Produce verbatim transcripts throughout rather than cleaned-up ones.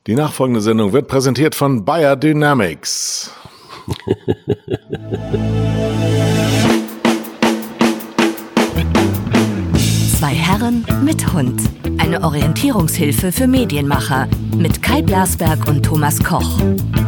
Die nachfolgende Sendung wird präsentiert von Bayer Dynamics. Zwei Herren mit Hund. Eine Orientierungshilfe für Medienmacher mit Kai Blasberg und Thomas Koch.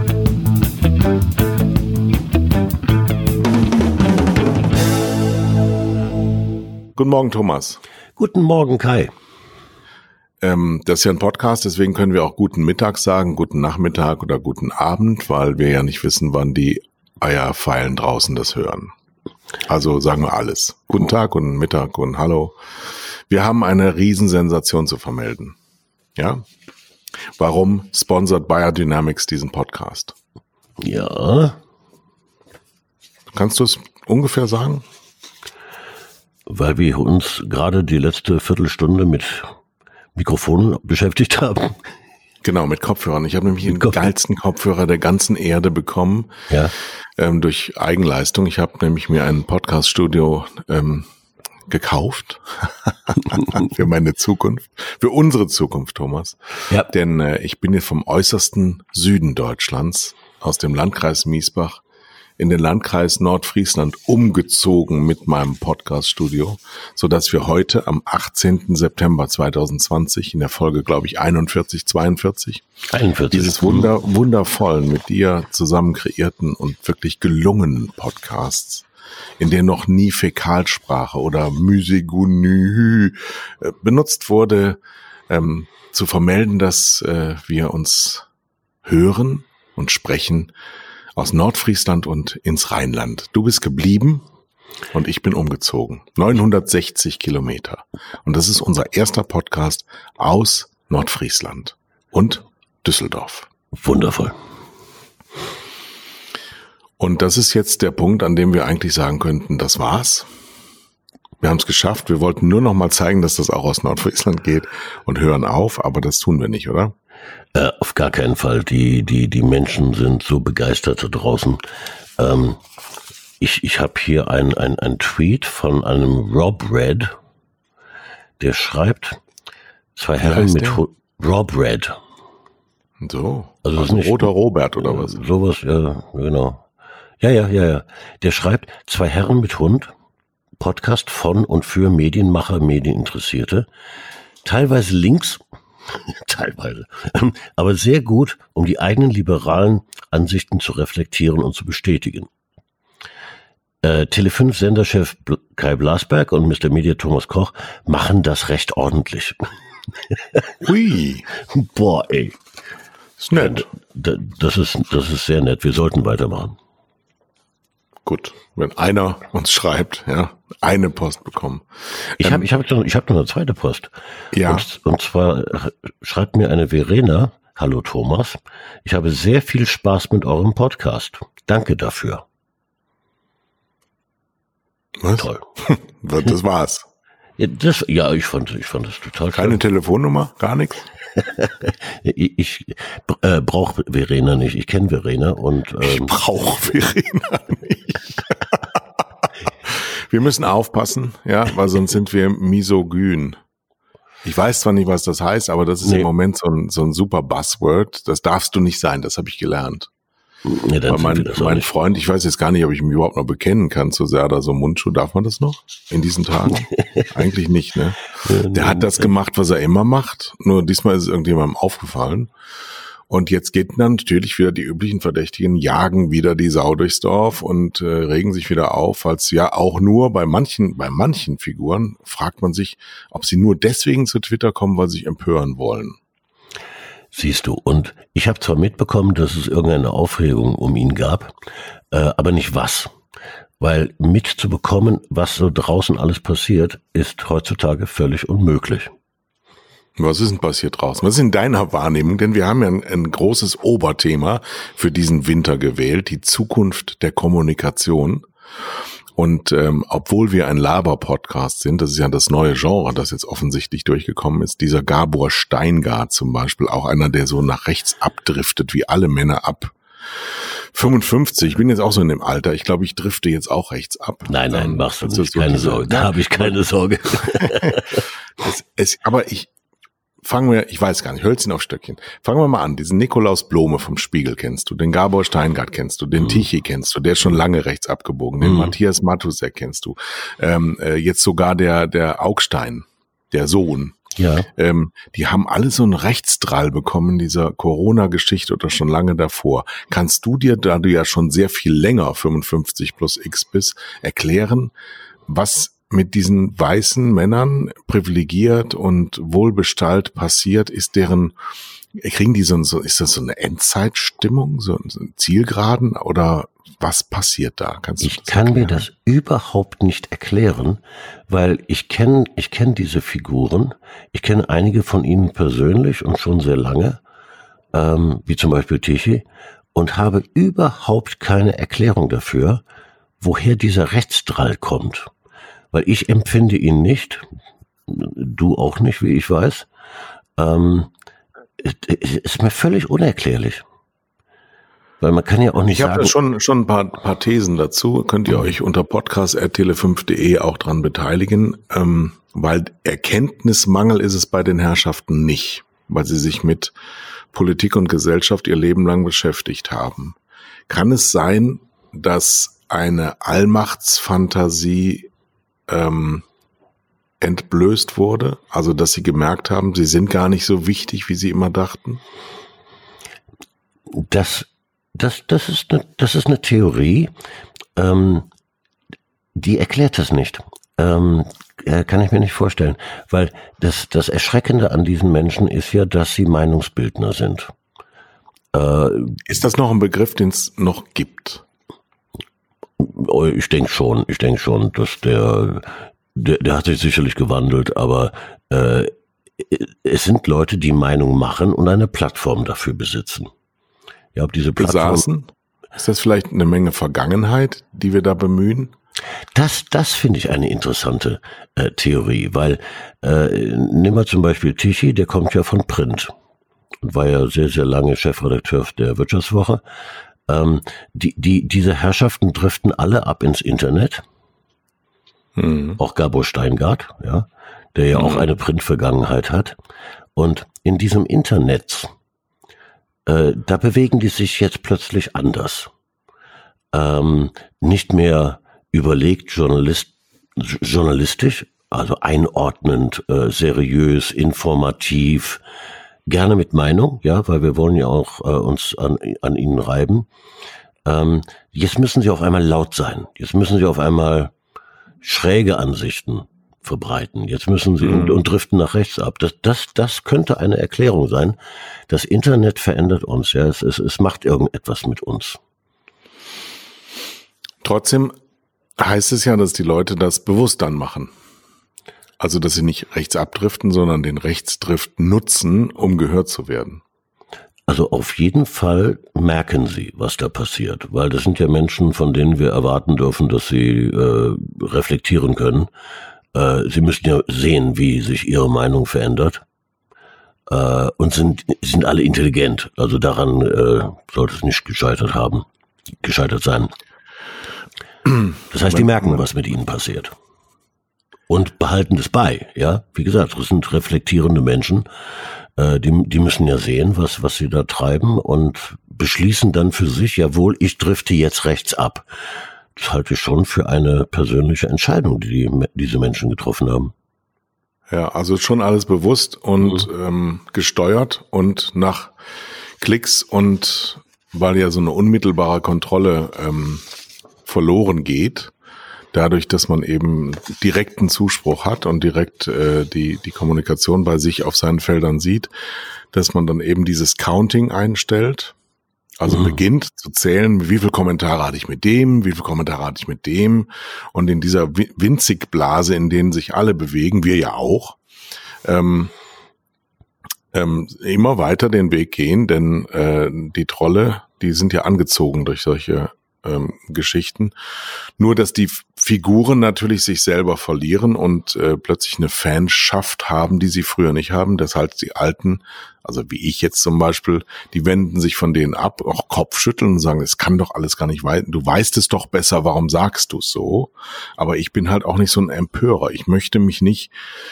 Guten Morgen, Thomas. Guten Morgen, Kai. Ähm, das ist ja ein Podcast, deswegen können wir auch guten Mittag sagen, guten Nachmittag oder guten Abend, weil wir ja nicht wissen, wann die Eierfeilen draußen das hören. Also sagen wir alles. Guten Tag, guten Mittag und hallo. Wir haben eine Riesensensation zu vermelden. Ja? Warum sponsert Bayer Dynamics diesen Podcast? Ja. Kannst du es ungefähr sagen? Weil wir uns gerade die letzte Viertelstunde mit Mikrofonen beschäftigt haben. Genau, mit Kopfhörern. Ich habe nämlich den geilsten Kopfhörer der ganzen Erde bekommen. Ja. Ähm, durch Eigenleistung. Ich habe nämlich mir ein Podcast-Studio ähm, gekauft. Für meine Zukunft. Für unsere Zukunft, Thomas. Ja. Denn äh, ich bin hier vom äußersten Süden Deutschlands, aus dem Landkreis Miesbach, in den Landkreis Nordfriesland umgezogen mit meinem Podcast-Studio, so dass wir heute am achtzehnten September zweitausendzwanzig in der Folge, glaube ich, einundvierzig, zweiundvierzig, einundvierzig dieses wunder, wundervollen, mit dir zusammen kreierten und wirklich gelungenen Podcasts, in der noch nie Fäkalsprache oder Musegunü äh, benutzt wurde, ähm, zu vermelden, dass äh, wir uns hören und sprechen aus Nordfriesland und ins Rheinland. Du bist geblieben und ich bin umgezogen. neunhundertsechzig Kilometer. Und das ist unser erster Podcast aus Nordfriesland und Düsseldorf. Wundervoll. Und das ist jetzt der Punkt, an dem wir eigentlich sagen könnten, das war's. Wir haben es geschafft. Wir wollten nur noch mal zeigen, dass das auch aus Nordfriesland geht und hören auf, aber das tun wir nicht, oder? Äh, auf gar keinen Fall. Die die die Menschen sind so begeistert da draußen. Ähm, ich ich habe hier ein ein ein Tweet von einem Rob Red, der schreibt: Zwei Herren mit Hu- Rob Red. So, Also, also nicht, roter Robert oder was? Sowas, ja, genau. Ja, ja, ja, ja. Der schreibt: Zwei Herren mit Hund, Podcast von und für Medienmacher, Medieninteressierte, teilweise links. Teilweise. Aber sehr gut, um die eigenen liberalen Ansichten zu reflektieren und zu bestätigen. Äh, Tele fünf Senderchef Bl- Kai Blasberg und Mister Media Thomas Koch machen das recht ordentlich. Hui. Boah, ey. Ist nett. D- Das ist, das ist sehr nett. Wir sollten weitermachen. Gut, wenn einer uns schreibt, ja, eine Post bekommen. Ich Ähm, habe ich hab noch, ich hab noch eine zweite Post. Ja. Und, und zwar schreibt mir eine Verena: Hallo Thomas, ich habe sehr viel Spaß mit eurem Podcast. Danke dafür. Was? Toll. Das war's. Ja, das, ja, ich fand, ich fand das total Keine schön. Telefonnummer, gar nichts? Ich, ich äh, brauche Verena nicht. Ich kenne Verena und Ich ähm, brauche Verena nicht. Wir müssen aufpassen, ja, weil sonst sind wir misogyn. Ich weiß zwar nicht, was das heißt, aber das ist Nee. im Moment so ein, so ein super Buzzword. Das darfst du nicht sein, das habe ich gelernt. ja, dann Weil sind mein, wir das auch mein nicht. Freund, ich weiß jetzt gar nicht, ob ich mich überhaupt noch bekennen kann zu Serda so Mundschuh. Darf man das noch in diesen Tagen? Eigentlich nicht, ne? Der hat das gemacht, was er immer macht. Nur diesmal ist es irgendjemandem aufgefallen. Und jetzt geht dann natürlich wieder die üblichen Verdächtigen, jagen wieder die Sau durchs Dorf und äh, regen sich wieder auf, als ja auch nur bei manchen, bei manchen Figuren fragt man sich, ob sie nur deswegen zu Twitter kommen, weil sie sich empören wollen. Siehst du, und ich habe zwar mitbekommen, dass es irgendeine Aufregung um ihn gab, äh, aber nicht was. Weil mitzubekommen, was so draußen alles passiert, ist heutzutage völlig unmöglich. Was ist denn passiert draußen? Was ist in deiner Wahrnehmung? Denn wir haben ja ein, ein großes Oberthema für diesen Winter gewählt, die Zukunft der Kommunikation. Und ähm, obwohl wir ein Laber-Podcast sind, das ist ja das neue Genre, das jetzt offensichtlich durchgekommen ist, dieser Gabor Steingart zum Beispiel, auch einer, der so nach rechts abdriftet, wie alle Männer ab fünfundfünfzig, ich bin jetzt auch so in dem Alter, ich glaube, ich drifte jetzt auch rechts ab. Nein, nein, Ähm, machst du also nicht, so keine diese- Sorge, da habe ich keine Sorge. es, es, aber ich, fangen wir, ich weiß gar nicht, Hölzchen auf Stöckchen. Fangen wir mal an. Diesen Nikolaus Blome vom Spiegel kennst du, den Gabor Steingart kennst du, den mhm. Tichy kennst du, der ist schon lange rechts abgebogen, den mhm. Matthias Matusek kennst du, ähm, äh, jetzt sogar der der Augstein, der Sohn. Ja. Ähm, die haben alle so einen Rechtsdrall bekommen in dieser Corona-Geschichte oder schon lange davor. Kannst du dir, da du ja schon sehr viel länger fünfundfünfzig plus X bist, erklären, was mit diesen weißen Männern privilegiert und wohlbestallt passiert? Ist deren, kriegen die so, so ist das so eine Endzeitstimmung, so, so ein Zielgeraden oder was passiert da? Kannst du ich kann erklären? mir das überhaupt nicht erklären, weil ich kenne ich kenne diese Figuren, ich kenne einige von ihnen persönlich und schon sehr lange, ähm, wie zum Beispiel Tichy, und habe überhaupt keine Erklärung dafür, woher dieser Rechtsdrall kommt. Weil ich empfinde ihn nicht, du auch nicht, wie ich weiß, ähm, ist mir völlig unerklärlich. Weil man kann ja auch nicht ich sagen... Ich habe schon schon ein paar, paar Thesen dazu, könnt ihr euch unter podcast at tele fünf punkt de auch dran beteiligen, ähm, weil Erkenntnismangel ist es bei den Herrschaften nicht, weil sie sich mit Politik und Gesellschaft ihr Leben lang beschäftigt haben. Kann es sein, dass eine Allmachtsfantasie ähm, entblößt wurde? Also, dass sie gemerkt haben, sie sind gar nicht so wichtig, wie sie immer dachten? Das, das, das ist eine, das ist eine Theorie, ähm, die erklärt das nicht. Ähm, kann ich mir nicht vorstellen. Weil das, das Erschreckende an diesen Menschen ist ja, dass sie Meinungsbildner sind. Äh, ist das noch ein Begriff, den es noch gibt? Ich denke schon, ich denke schon, dass der, der, der hat sich sicherlich gewandelt, aber äh, es sind Leute, die Meinung machen und eine Plattform dafür besitzen. Ja, ob diese Plattform besaßen? Ist das vielleicht eine Menge Vergangenheit, die wir da bemühen? Das, das finde ich eine interessante äh, Theorie, weil äh, nehmen wir zum Beispiel Tichy, der kommt ja von Print und war ja sehr, sehr lange Chefredakteur der Wirtschaftswoche. Ähm, die, die, diese Herrschaften driften alle ab ins Internet. Mhm. Auch Gabor Steingart, ja, der ja mhm. auch eine Printvergangenheit hat. Und in diesem Internet, äh, da bewegen die sich jetzt plötzlich anders. Ähm, nicht mehr überlegt Journalist, journalistisch, also einordnend, äh, seriös, informativ, gerne mit Meinung, ja, weil wir wollen ja auch äh, uns an, an ihnen reiben. Ähm, jetzt müssen sie auf einmal laut sein. Jetzt müssen sie auf einmal schräge Ansichten verbreiten. Jetzt müssen sie mhm. und, und driften nach rechts ab. Das, das, das könnte eine Erklärung sein. Das Internet verändert uns, ja, es, es, es macht irgendetwas mit uns. Trotzdem heißt es ja, dass die Leute das bewusst dann machen. Also, dass sie nicht rechts abdriften, sondern den Rechtsdrift nutzen, um gehört zu werden. Also auf jeden Fall merken sie, was da passiert, weil das sind ja Menschen, von denen wir erwarten dürfen, dass sie äh, reflektieren können. Äh, sie müssen ja sehen, wie sich ihre Meinung verändert äh, und sind sind alle intelligent. Also daran äh, sollte es nicht gescheitert haben, gescheitert sein. Das heißt, die merken, was mit ihnen passiert. Und behalten das bei, ja. Wie gesagt, das sind reflektierende Menschen, äh, die, die müssen ja sehen, was, was sie da treiben und beschließen dann für sich, jawohl, ich drifte jetzt rechts ab. Das halte ich schon für eine persönliche Entscheidung, die, die diese Menschen getroffen haben. Ja, also schon alles bewusst und mhm. ähm, gesteuert und nach Klicks und weil ja so eine unmittelbare Kontrolle ähm, verloren geht. Dadurch, dass man eben direkten Zuspruch hat und direkt äh, die die Kommunikation bei sich auf seinen Feldern sieht, dass man dann eben dieses Counting einstellt, also mhm. beginnt zu zählen, wie viele Kommentare hatte ich mit dem, wie viele Kommentare hatte ich mit dem und in dieser winzig Blase, in denen sich alle bewegen, wir ja auch, ähm, ähm, immer weiter den Weg gehen, denn äh, die Trolle, die sind ja angezogen durch solche Ähm, Geschichten. Nur, dass die Figuren natürlich sich selber verlieren und äh, plötzlich eine Fanschaft haben, die sie früher nicht haben. Das heißt, die Alten, also wie ich jetzt zum Beispiel, die wenden sich von denen ab, auch Kopfschütteln und sagen, es kann doch alles gar nicht weiter. Du weißt es doch besser, warum sagst du es so? Aber ich bin halt auch nicht so ein Empörer. Ich möchte mich nicht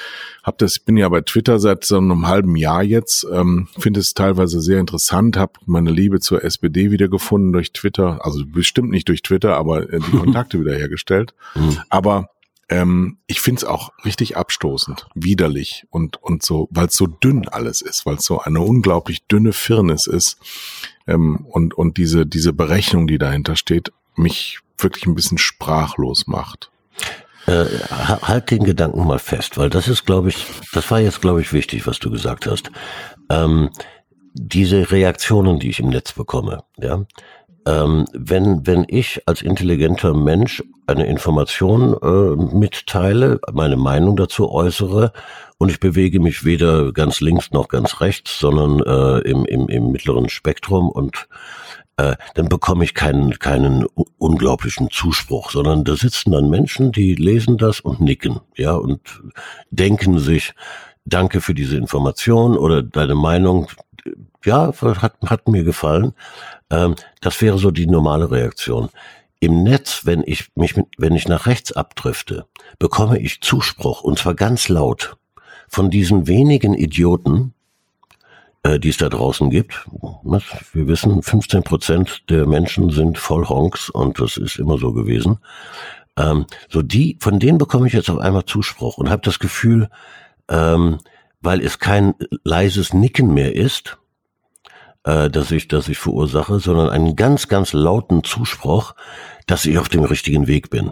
hab das, bin ja bei Twitter seit so einem halben Jahr jetzt, ähm, finde es teilweise sehr interessant, habe meine Liebe zur S P D wiedergefunden durch Twitter, also bestimmt nicht durch Twitter, aber äh, die Kontakte wiederhergestellt. Mhm. Aber ähm, ich finde es auch richtig abstoßend, widerlich und und so, weil es so dünn alles ist, weil es so eine unglaublich dünne Firnis ist ähm, und und diese diese Berechnung, die dahinter steht, mich wirklich ein bisschen sprachlos macht. Äh, halt den Gedanken mal fest, weil das ist, glaube ich, das war jetzt, glaube ich, wichtig, was du gesagt hast. Ähm, diese Reaktionen, die ich im Netz bekomme, ja, ähm, wenn wenn ich als intelligenter Mensch eine Information äh, mitteile, meine Meinung dazu äußere und ich bewege mich weder ganz links noch ganz rechts, sondern äh, im, im, im mittleren Spektrum und äh, dann bekomme ich keinen keinen unglaublichen Zuspruch, sondern da sitzen dann Menschen, die lesen das und nicken, ja, und denken sich, danke für diese Information oder deine Meinung, ja, hat, hat mir gefallen. Ähm, das wäre so die normale Reaktion. Im Netz, wenn ich mich, mit, wenn ich nach rechts abdrifte, bekomme ich Zuspruch und zwar ganz laut von diesen wenigen Idioten, äh, die es da draußen gibt. Was? Wir wissen, fünfzehn Prozent der Menschen sind voll Honks und das ist immer so gewesen. Ähm, so die, von denen bekomme ich jetzt auf einmal Zuspruch und habe das Gefühl, ähm, weil es kein leises Nicken mehr ist, äh, dass ich, dass ich verursache, sondern einen ganz, ganz lauten Zuspruch, dass ich auf dem richtigen Weg bin.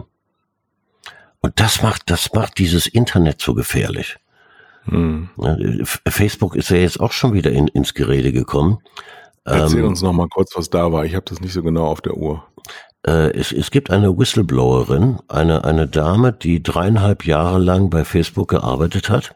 Und das macht, das macht dieses Internet so gefährlich. Hm. Facebook ist ja jetzt auch schon wieder in, ins Gerede gekommen. Erzähl ähm, uns noch mal kurz, was da war. Ich habe das nicht so genau auf der Uhr. Äh, es, es gibt eine Whistleblowerin, eine, eine Dame, die dreieinhalb Jahre lang bei Facebook gearbeitet hat.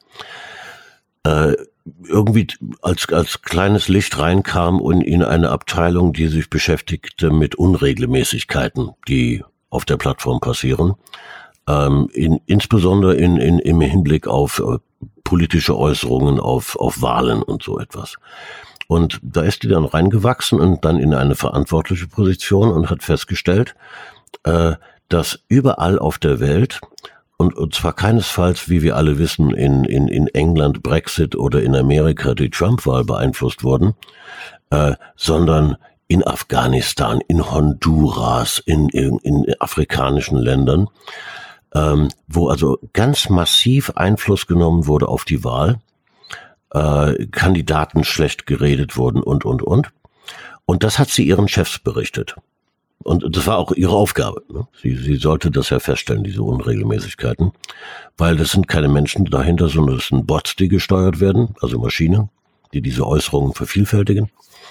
Äh, irgendwie als als kleines Licht reinkam und in eine Abteilung, die sich beschäftigte mit Unregelmäßigkeiten, die auf der Plattform passieren, ähm, in, insbesondere in, in im Hinblick auf äh, politische Äußerungen, auf auf Wahlen und so etwas. Und da ist die dann reingewachsen und dann in eine verantwortliche Position und hat festgestellt, äh, dass überall auf der Welt Und, und zwar keinesfalls, wie wir alle wissen, in, in, in England Brexit oder in Amerika die Trump-Wahl beeinflusst wurden, äh, sondern in Afghanistan, in Honduras, in, in, in afrikanischen Ländern, ähm, wo also ganz massiv Einfluss genommen wurde auf die Wahl, äh, Kandidaten schlecht geredet wurden und, und, und. Und das hat sie ihren Chefs berichtet. Und das war auch ihre Aufgabe. Ne? Sie, sie sollte das ja feststellen, diese Unregelmäßigkeiten, weil das sind keine Menschen dahinter, sondern das sind Bots, die gesteuert werden, also Maschinen, die diese Äußerungen vervielfältigen.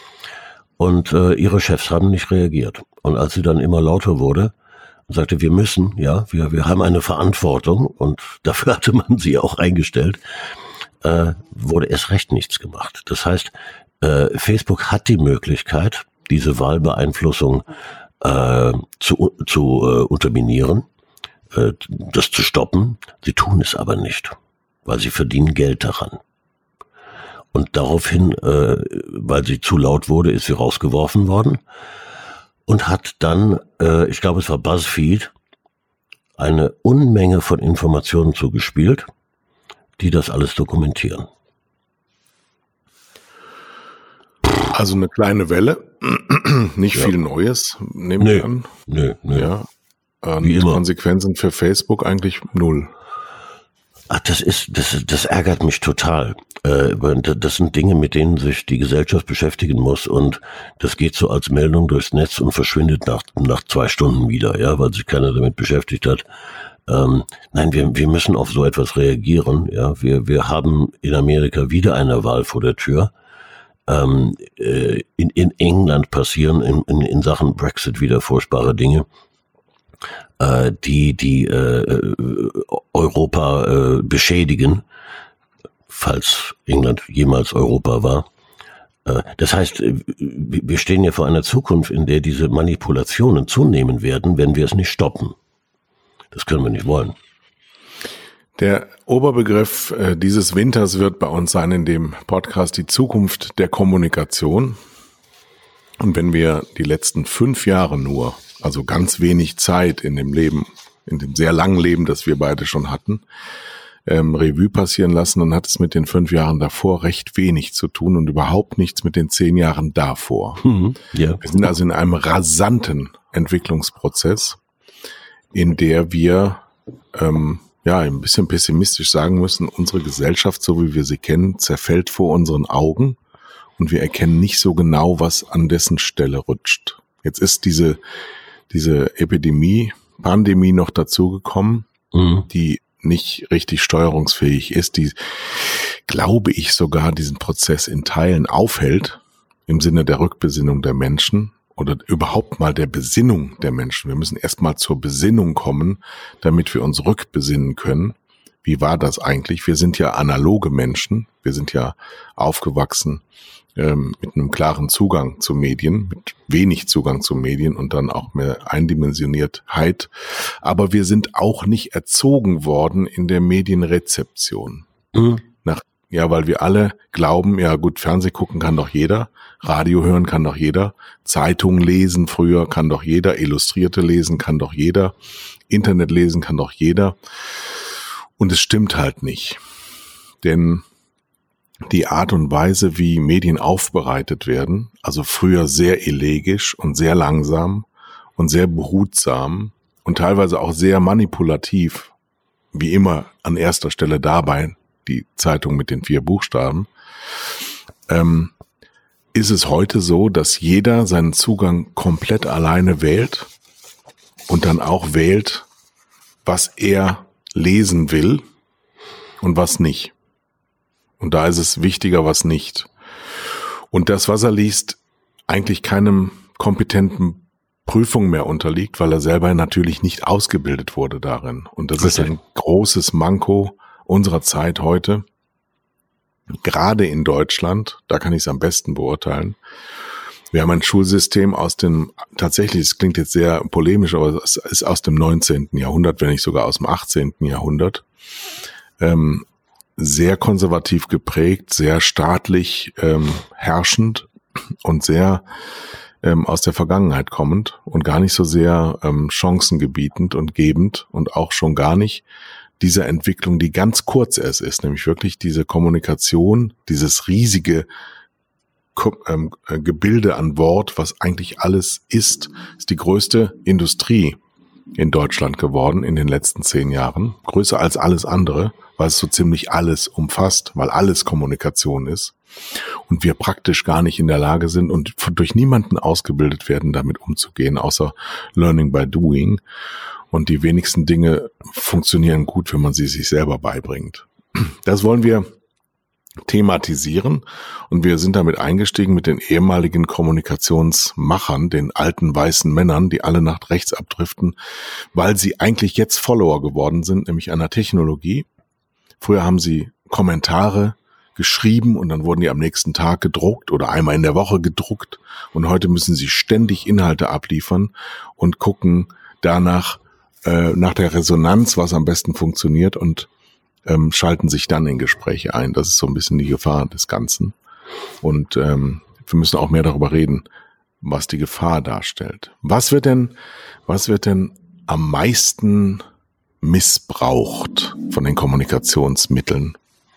Und äh, ihre Chefs haben nicht reagiert. Und als sie dann immer lauter wurde und sagte, wir müssen, ja, wir, wir haben eine Verantwortung und dafür hatte man sie auch eingestellt, äh, wurde erst recht nichts gemacht. Das heißt, äh, Facebook hat die Möglichkeit, diese Wahlbeeinflussung Äh, zu, zu äh, unterminieren, äh, das zu stoppen. Sie tun es aber nicht, weil sie verdienen Geld daran. Und daraufhin, äh, weil sie zu laut wurde, ist sie rausgeworfen worden und hat dann, äh, ich glaube es war BuzzFeed, eine Unmenge von Informationen zugespielt, die das alles dokumentieren. Also eine kleine Welle, nicht ja. viel Neues, nehme nö, ich an. Nö, nö. Ja. Und Wie immer. Konsequenzen für Facebook eigentlich null. Ach, das ist, das, das ärgert mich total. Äh, das sind Dinge, mit denen sich die Gesellschaft beschäftigen muss und das geht so als Meldung durchs Netz und verschwindet nach, nach zwei Stunden wieder, ja, weil sich keiner damit beschäftigt hat. Ähm, nein, wir, wir müssen auf so etwas reagieren, ja. Wir, wir haben in Amerika wieder eine Wahl vor der Tür. Ähm, äh, in, in England passieren in, in, in Sachen Brexit wieder furchtbare Dinge, äh, die, die äh, Europa äh, beschädigen, falls England jemals Europa war. Äh, das heißt, wir stehen ja vor einer Zukunft, in der diese Manipulationen zunehmen werden, wenn wir es nicht stoppen. Das können wir nicht wollen. Der Oberbegriff äh, dieses Winters wird bei uns sein in dem Podcast die Zukunft der Kommunikation. Und wenn wir die letzten fünf Jahre nur, also ganz wenig Zeit in dem Leben, in dem sehr langen Leben, das wir beide schon hatten, ähm, Revue passieren lassen, dann hat es mit den fünf Jahren davor recht wenig zu tun und überhaupt nichts mit den zehn Jahren davor. Mhm, ja. Wir sind also in einem rasanten Entwicklungsprozess, in der wir ähm, ja ein bisschen pessimistisch sagen müssen, unsere Gesellschaft, so wie wir sie kennen, zerfällt vor unseren Augen und wir erkennen nicht so genau, was an dessen Stelle rutscht. Jetzt ist diese diese Epidemie, Pandemie noch dazugekommen, mhm. die nicht richtig steuerungsfähig ist, die, glaube ich, sogar diesen Prozess in Teilen aufhält, im Sinne der Rückbesinnung der Menschen oder überhaupt mal der Besinnung der Menschen. Wir müssen erstmal zur Besinnung kommen, damit wir uns rückbesinnen können. Wie war das eigentlich? Wir sind ja analoge Menschen, wir sind ja aufgewachsen ähm, mit einem klaren Zugang zu Medien, mit wenig Zugang zu Medien und dann auch mehr Eindimensioniertheit. Aber wir sind auch nicht erzogen worden in der Medienrezeption. Mhm. Nach, ja, weil wir alle glauben, ja gut, Fernseh gucken kann doch jeder, Radio hören kann doch jeder, Zeitung lesen früher kann doch jeder, Illustrierte lesen kann doch jeder, Internet lesen kann doch jeder. Und es stimmt halt nicht. Denn die Art und Weise, wie Medien aufbereitet werden, also früher sehr elegisch und sehr langsam und sehr behutsam und teilweise auch sehr manipulativ, wie immer an erster Stelle dabei die Zeitung mit den vier Buchstaben, ähm, ist es heute so, dass jeder seinen Zugang komplett alleine wählt und dann auch wählt, was er lesen will und was nicht. Und da ist es wichtiger, was nicht. Und das, was er liest, eigentlich keinem kompetenten Prüfung mehr unterliegt, weil er selber natürlich nicht ausgebildet wurde darin. Und das Richtig. Ist ein großes Manko unserer Zeit heute. Gerade in Deutschland, da kann ich es am besten beurteilen. Wir haben ein Schulsystem aus dem, tatsächlich, es klingt jetzt sehr polemisch, aber es ist aus dem neunzehnten Jahrhundert, wenn nicht sogar aus dem achtzehnten Jahrhundert. Ähm, sehr konservativ geprägt, sehr staatlich ähm, herrschend und sehr ähm, aus der Vergangenheit kommend und gar nicht so sehr ähm, chancengebietend und gebend und auch schon gar nicht dieser Entwicklung, die ganz kurz erst ist, nämlich wirklich diese Kommunikation, dieses riesige ähm, Gebilde an Wort, was eigentlich alles ist, ist die größte Industrie in Deutschland geworden in den letzten zehn Jahren. Größer als alles andere, weil es so ziemlich alles umfasst, weil alles Kommunikation ist und wir praktisch gar nicht in der Lage sind und durch niemanden ausgebildet werden, damit umzugehen, außer Learning by Doing. Und die wenigsten Dinge funktionieren gut, wenn man sie sich selber beibringt. Das wollen wir thematisieren und wir sind damit eingestiegen mit den ehemaligen Kommunikationsmachern, den alten weißen Männern, die alle nach rechts abdriften, weil sie eigentlich jetzt Follower geworden sind, nämlich einer Technologie. Früher haben sie Kommentare geschrieben und dann wurden die am nächsten Tag gedruckt oder einmal in der Woche gedruckt und heute müssen sie ständig Inhalte abliefern und gucken danach, äh, nach der Resonanz, was am besten funktioniert und ähm, schalten sich dann in Gespräche ein. Das ist so ein bisschen die Gefahr des Ganzen. Und ähm, wir müssen auch mehr darüber reden, was die Gefahr darstellt. Was wird denn, was wird denn am meisten missbraucht von den Kommunikationsmitteln?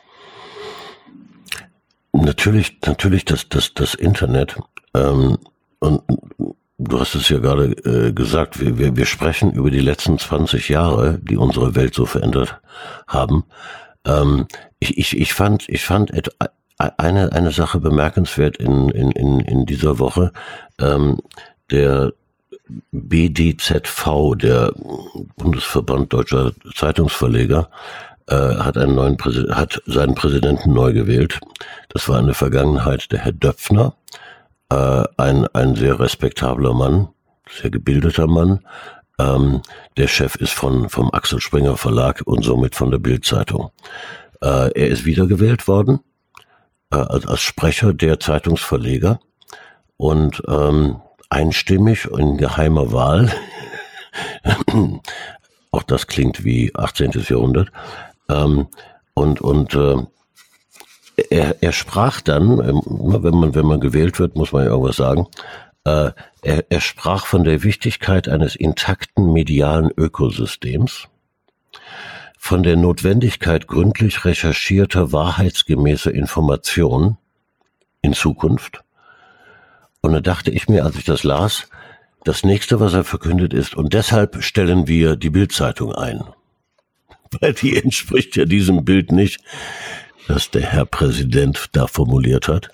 Natürlich, natürlich das, das, das Internet. Ähm, und du hast es ja gerade äh, gesagt, wir, wir, wir sprechen über die letzten zwanzig Jahre, die unsere Welt so verändert haben. Ähm, ich, ich, ich fand, ich fand et, eine, eine Sache bemerkenswert in, in, in, in dieser Woche. Ähm, der B D Z V, der Bundesverband Deutscher Zeitungsverleger, äh, hat einen neuen Präsid- hat seinen Präsidenten neu gewählt. Das war in der Vergangenheit der Herr Döpfner. Ein, ein sehr respektabler Mann, sehr gebildeter Mann. Ähm, der Chef ist von, vom Axel Springer Verlag und somit von der Bild-Zeitung. Äh, er ist wiedergewählt worden, äh, als, als Sprecher der Zeitungsverleger und ähm, einstimmig in geheimer Wahl. Auch das klingt wie achtzehnten Jahrhundert. Ähm, und, und, äh, Er, er sprach dann, wenn man wenn man gewählt wird, muss man ja irgendwas sagen, äh, er, er sprach von der Wichtigkeit eines intakten medialen Ökosystems, von der Notwendigkeit gründlich recherchierter, wahrheitsgemäßer Information in Zukunft. Und da dachte ich mir, als ich das las, das nächste, was er verkündet ist, und deshalb stellen wir die Bild-Zeitung ein. Weil die entspricht ja diesem Bild nicht, das der Herr Präsident da formuliert hat.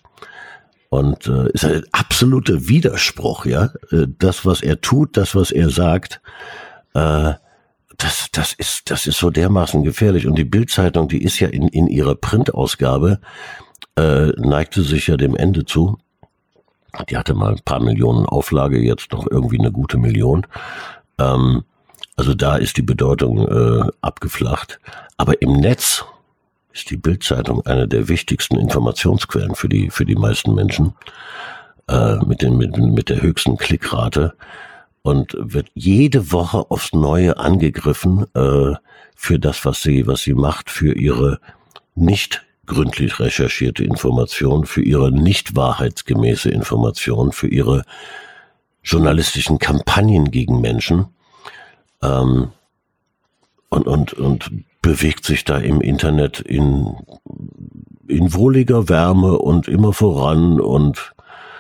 Und äh, ist ein absoluter Widerspruch, ja. Das, was er tut, das, was er sagt, äh, das, das ist, das ist so dermaßen gefährlich. Und die Bild-Zeitung, die ist ja in, in ihrer Printausgabe, äh, neigte sich ja dem Ende zu. Die hatte mal ein paar Millionen Auflage, jetzt noch irgendwie eine gute Million. Ähm, also da ist die Bedeutung äh, abgeflacht. Aber im Netz ist die Bild-Zeitung eine der wichtigsten Informationsquellen für die für die meisten Menschen, äh, mit den mit, mit der höchsten Klickrate, und wird jede Woche aufs Neue angegriffen äh, für das, was sie was sie macht, für ihre nicht gründlich recherchierte Information, für ihre nicht wahrheitsgemäße Information, für ihre journalistischen Kampagnen gegen Menschen. Ähm, und, und, und bewegt sich da im Internet in, in wohliger Wärme und immer voran, und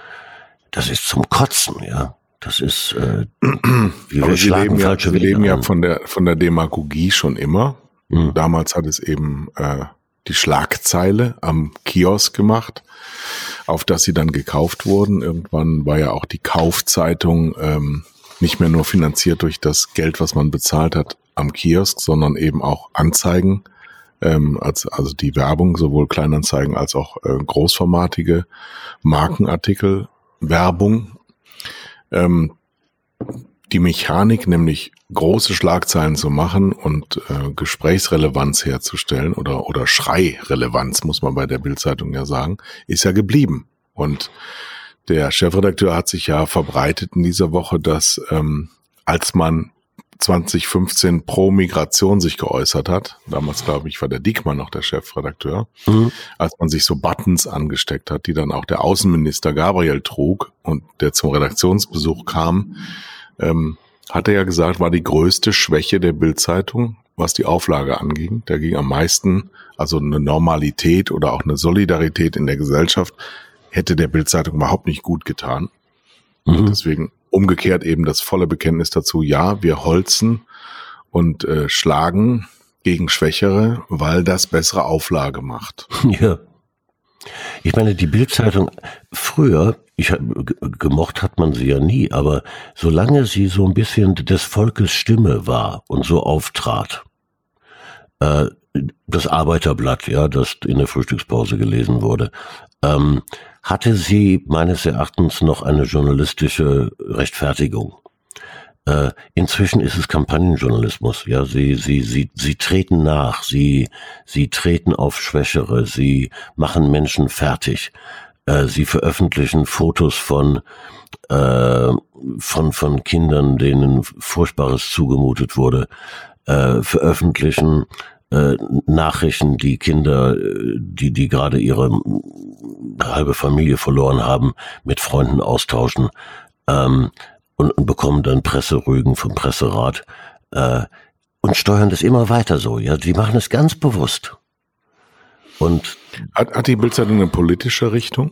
das ist zum Kotzen, ja. Das ist, äh, wie wir schlagen leben falsche ja, Wege Sie leben an. ja von der, von der Demagogie schon immer. Mhm. Damals hat es eben, äh, die Schlagzeile am Kiosk gemacht, auf das sie dann gekauft wurden. Irgendwann war ja auch die Kaufzeitung ähm, nicht mehr nur finanziert durch das Geld, was man bezahlt hat am Kiosk, sondern eben auch Anzeigen, ähm, als, also die Werbung, sowohl Kleinanzeigen als auch äh, großformatige Markenartikel, Werbung. Ähm, die Mechanik, nämlich große Schlagzeilen zu machen und äh, Gesprächsrelevanz herzustellen oder oder Schreirelevanz, muss man bei der Bild-Zeitung ja sagen, ist ja geblieben. Und der Chefredakteur hat sich ja verbreitet in dieser Woche, dass ähm, als man zwanzig fünfzehn pro Migration sich geäußert hat, damals glaube ich war der Diekmann noch der Chefredakteur, mhm. als man sich so Buttons angesteckt hat, die dann auch der Außenminister Gabriel trug und der zum Redaktionsbesuch kam, ähm, hat er ja gesagt, war die größte Schwäche der Bild-Zeitung, was die Auflage anging. Da ging am meisten, also eine Normalität oder auch eine Solidarität in der Gesellschaft, hätte der Bild-Zeitung überhaupt nicht gut getan. Mhm. Und deswegen umgekehrt eben das volle Bekenntnis dazu, ja, wir holzen und äh, schlagen gegen Schwächere, weil das bessere Auflage macht. Ja. Ich meine, die Bild-Zeitung früher, ich gemocht hat man sie ja nie, aber solange sie so ein bisschen des Volkes Stimme war und so auftrat, äh, das Arbeiterblatt, ja, das in der Frühstückspause gelesen wurde, ähm, hatte sie meines Erachtens noch eine journalistische Rechtfertigung. Äh, inzwischen ist es Kampagnenjournalismus, ja, sie, sie, sie, sie treten nach, sie, sie treten auf Schwächere, sie machen Menschen fertig. Sie veröffentlichen Fotos von, äh, von, von Kindern, denen Furchtbares zugemutet wurde, äh, veröffentlichen äh, Nachrichten, die Kinder, die, die gerade ihre halbe Familie verloren haben, mit Freunden austauschen, ähm, und, und bekommen dann Presserügen vom Presserat, äh, und steuern das immer weiter so, ja, die machen es ganz bewusst. Und Hat, hat die Bild-Zeitung eine politische Richtung?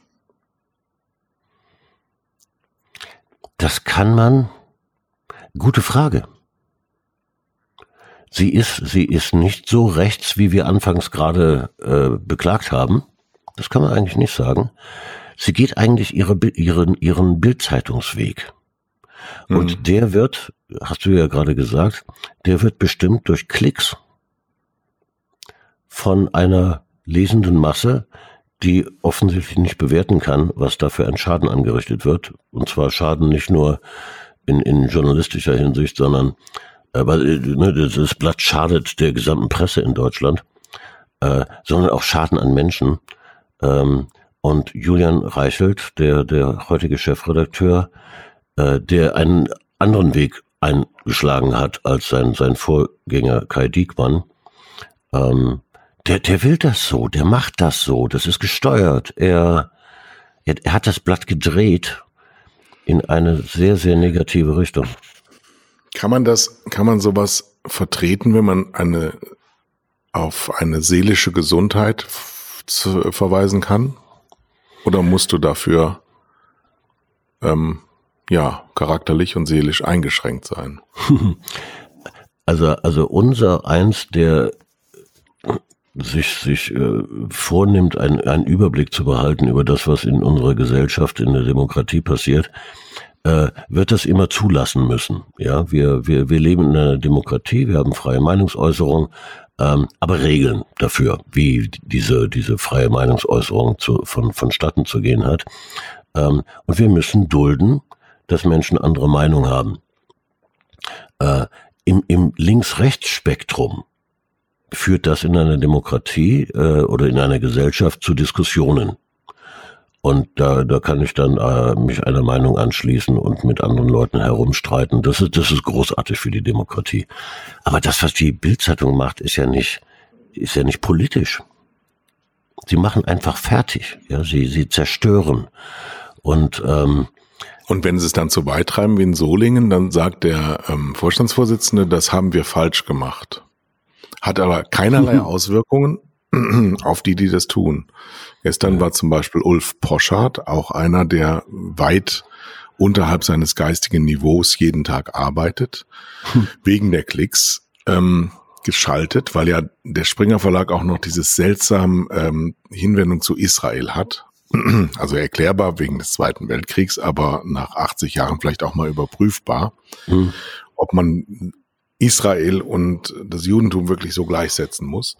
Das kann man. Gute Frage. Sie ist, sie ist nicht so rechts, wie wir anfangs gerade äh, beklagt haben. Das kann man eigentlich nicht sagen. Sie geht eigentlich ihre, ihren, ihren Bild-Zeitungsweg. Mhm. Und der wird, hast du ja gerade gesagt, der wird bestimmt durch Klicks von einer lesenden Masse, die offensichtlich nicht bewerten kann, was da für ein Schaden angerichtet wird. Und zwar Schaden nicht nur in, in journalistischer Hinsicht, sondern äh, weil ne, das Blatt schadet der gesamten Presse in Deutschland, äh, sondern auch Schaden an Menschen. Ähm, und Julian Reichelt, der, der heutige Chefredakteur, äh, der einen anderen Weg eingeschlagen hat als sein, sein Vorgänger Kai Diekmann, ähm, Der, der will das so, der macht das so, das ist gesteuert. Er, er, er hat das Blatt gedreht in eine sehr, sehr negative Richtung. Kann man das, kann man sowas vertreten, wenn man eine auf eine seelische Gesundheit f- zu, verweisen kann? Oder musst du dafür ähm, ja charakterlich und seelisch eingeschränkt sein? Also, also unser eins, der sich sich äh, vornimmt, einen, einen Überblick zu behalten über das, was in unserer Gesellschaft, in der Demokratie passiert, äh, wird das immer zulassen müssen. Ja, wir wir wir leben in einer Demokratie, wir haben freie Meinungsäußerung, ähm, aber Regeln dafür, wie diese diese freie Meinungsäußerung zu, von vonstatten zu gehen hat. Ähm, und wir müssen dulden, dass Menschen andere Meinung haben. Äh, im im Links-Rechts-Spektrum führt das in einer Demokratie äh, oder in einer Gesellschaft zu Diskussionen. Und da da kann ich dann äh, mich einer Meinung anschließen und mit anderen Leuten herumstreiten. Das ist das ist großartig für die Demokratie. Aber das, was die Bild-Zeitung macht, ist ja nicht ist ja nicht politisch. Sie machen einfach fertig. Ja, sie sie zerstören. Und ähm, Und wenn sie es dann so weit treiben wie in Solingen, dann sagt der ähm, Vorstandsvorsitzende, das haben wir falsch gemacht. Hat aber keinerlei Auswirkungen auf die, die das tun. Gestern war zum Beispiel Ulf Poschardt, auch einer, der weit unterhalb seines geistigen Niveaus jeden Tag arbeitet, hm. wegen der Klicks ähm, geschaltet, weil ja der Springer Verlag auch noch dieses seltsame ähm, Hinwendung zu Israel hat. Also erklärbar wegen des Zweiten Weltkriegs, aber nach achtzig Jahren vielleicht auch mal überprüfbar, hm. ob man Israel und das Judentum wirklich so gleichsetzen muss.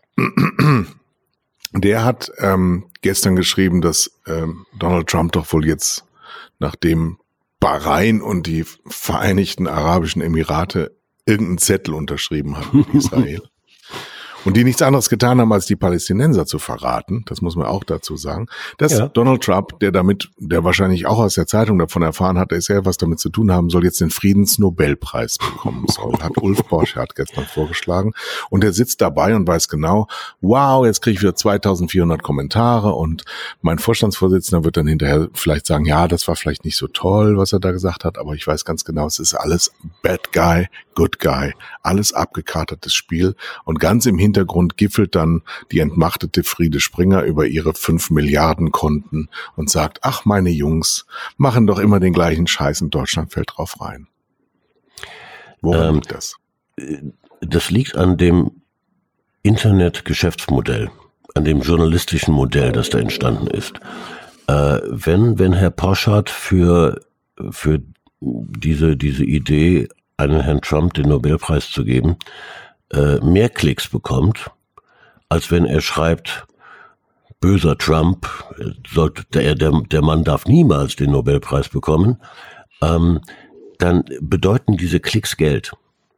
Der hat ähm, gestern geschrieben, dass ähm, Donald Trump doch wohl jetzt, nachdem Bahrain und die Vereinigten Arabischen Emirate irgendeinen Zettel unterschrieben haben mit Israel und die nichts anderes getan haben, als die Palästinenser zu verraten, das muss man auch dazu sagen, dass ja. Donald Trump, der damit, der wahrscheinlich auch aus der Zeitung davon erfahren hat, dass er was damit zu tun haben soll, jetzt den Friedensnobelpreis bekommen soll, hat Ulf Poschardt gestern vorgeschlagen. Und er sitzt dabei und weiß genau, wow, jetzt kriege ich wieder zweitausendvierhundert Kommentare und mein Vorstandsvorsitzender wird dann hinterher vielleicht sagen, ja, das war vielleicht nicht so toll, was er da gesagt hat, aber ich weiß ganz genau, es ist alles Bad Guy, Good Guy, alles abgekartetes Spiel und ganz im Hintergrund giffelt dann die entmachtete Friede Springer über ihre fünf Milliarden Konten und sagt, ach, meine Jungs machen doch immer den gleichen Scheiß und Deutschland fällt drauf rein. Woran ähm, liegt das? Das liegt an dem Internet-Geschäftsmodell, an dem journalistischen Modell, das da entstanden ist. Äh, wenn, wenn Herr Poschardt für, für diese, diese Idee, einen Herrn Trump den Nobelpreis zu geben, äh, mehr Klicks bekommt, als wenn er schreibt, böser Trump, sollte, der, der, der Mann darf niemals den Nobelpreis bekommen, ähm, dann bedeuten diese Klicks Geld.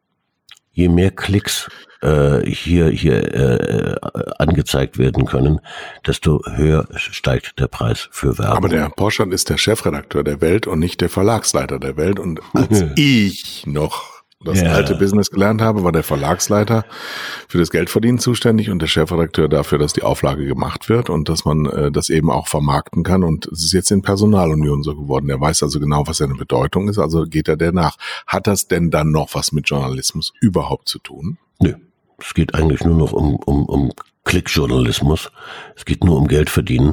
Je mehr Klicks äh, hier hier äh, angezeigt werden können, desto höher steigt der Preis für Werbung. Aber der Herr Poschardt ist der Chefredakteur der Welt und nicht der Verlagsleiter der Welt. Und als ich noch das ja. alte Business gelernt habe, war der Verlagsleiter für das Geldverdienen zuständig und der Chefredakteur dafür, dass die Auflage gemacht wird und dass man äh, das eben auch vermarkten kann. Und es ist jetzt in Personalunion so geworden. Der weiß also genau, was seine Bedeutung ist, also geht er der nach. Hat das denn dann noch was mit Journalismus überhaupt zu tun? Nö, es geht eigentlich nur noch um, um, um Klickjournalismus. Es geht nur um Geld verdienen.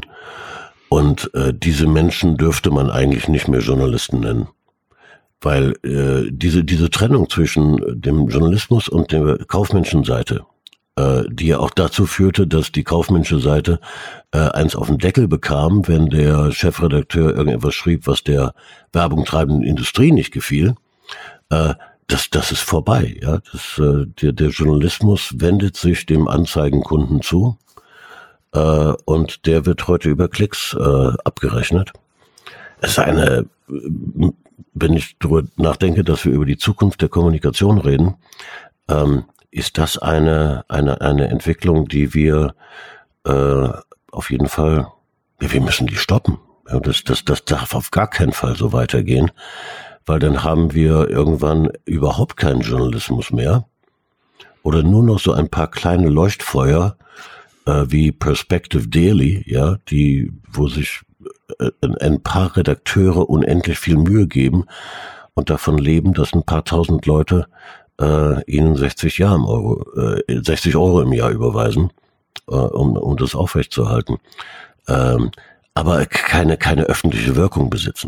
Und äh, diese Menschen dürfte man eigentlich nicht mehr Journalisten nennen. Weil äh, diese diese Trennung zwischen dem Journalismus und der kaufmännischen Seite, äh, die ja auch dazu führte, dass die kaufmännische Seite äh, eins auf den Deckel bekam, wenn der Chefredakteur irgendetwas schrieb, was der Werbung treibenden Industrie nicht gefiel, äh, das das ist vorbei. Ja, das, äh, der, der Journalismus wendet sich dem Anzeigenkunden zu äh, und der wird heute über Klicks äh, abgerechnet. Es ist eine Wenn ich darüber nachdenke, dass wir über die Zukunft der Kommunikation reden, ähm, ist das eine eine eine Entwicklung, die wir äh, auf jeden Fall, ja, wir müssen die stoppen. Ja, das das das darf auf gar keinen Fall so weitergehen, weil dann haben wir irgendwann überhaupt keinen Journalismus mehr oder nur noch so ein paar kleine Leuchtfeuer äh, wie Perspective Daily, ja, die wo sich ein paar Redakteure unendlich viel Mühe geben und davon leben, dass ein paar tausend Leute äh, ihnen sechzig Jahr im Euro, äh, sechzig Euro im Jahr überweisen, äh, um, um das aufrechtzuerhalten. Ähm, aber keine, keine öffentliche Wirkung besitzen.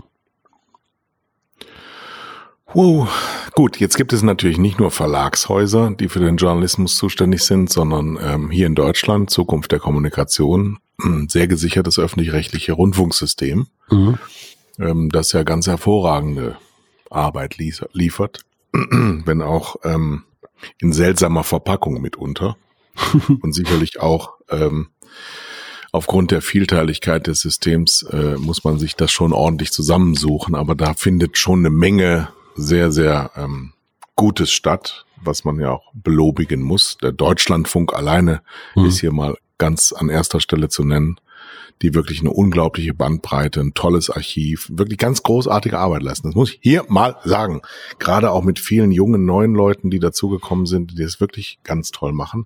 Wow. Gut, jetzt gibt es natürlich nicht nur Verlagshäuser, die für den Journalismus zuständig sind, sondern ähm, hier in Deutschland, Zukunft der Kommunikation, ein sehr gesichertes öffentlich-rechtliche Rundfunksystem, mhm. ähm, das ja ganz hervorragende Arbeit lief- liefert, wenn auch ähm, in seltsamer Verpackung mitunter und sicherlich auch ähm, aufgrund der Vielteiligkeit des Systems äh, muss man sich das schon ordentlich zusammensuchen, aber da findet schon eine Menge sehr, sehr ähm, Gutes statt, was man ja auch belobigen muss. Der Deutschlandfunk alleine mhm. ist hier mal ganz an erster Stelle zu nennen, die wirklich eine unglaubliche Bandbreite, ein tolles Archiv, wirklich ganz großartige Arbeit leisten. Das muss ich hier mal sagen. Gerade auch mit vielen jungen, neuen Leuten, die dazugekommen sind, die das wirklich ganz toll machen.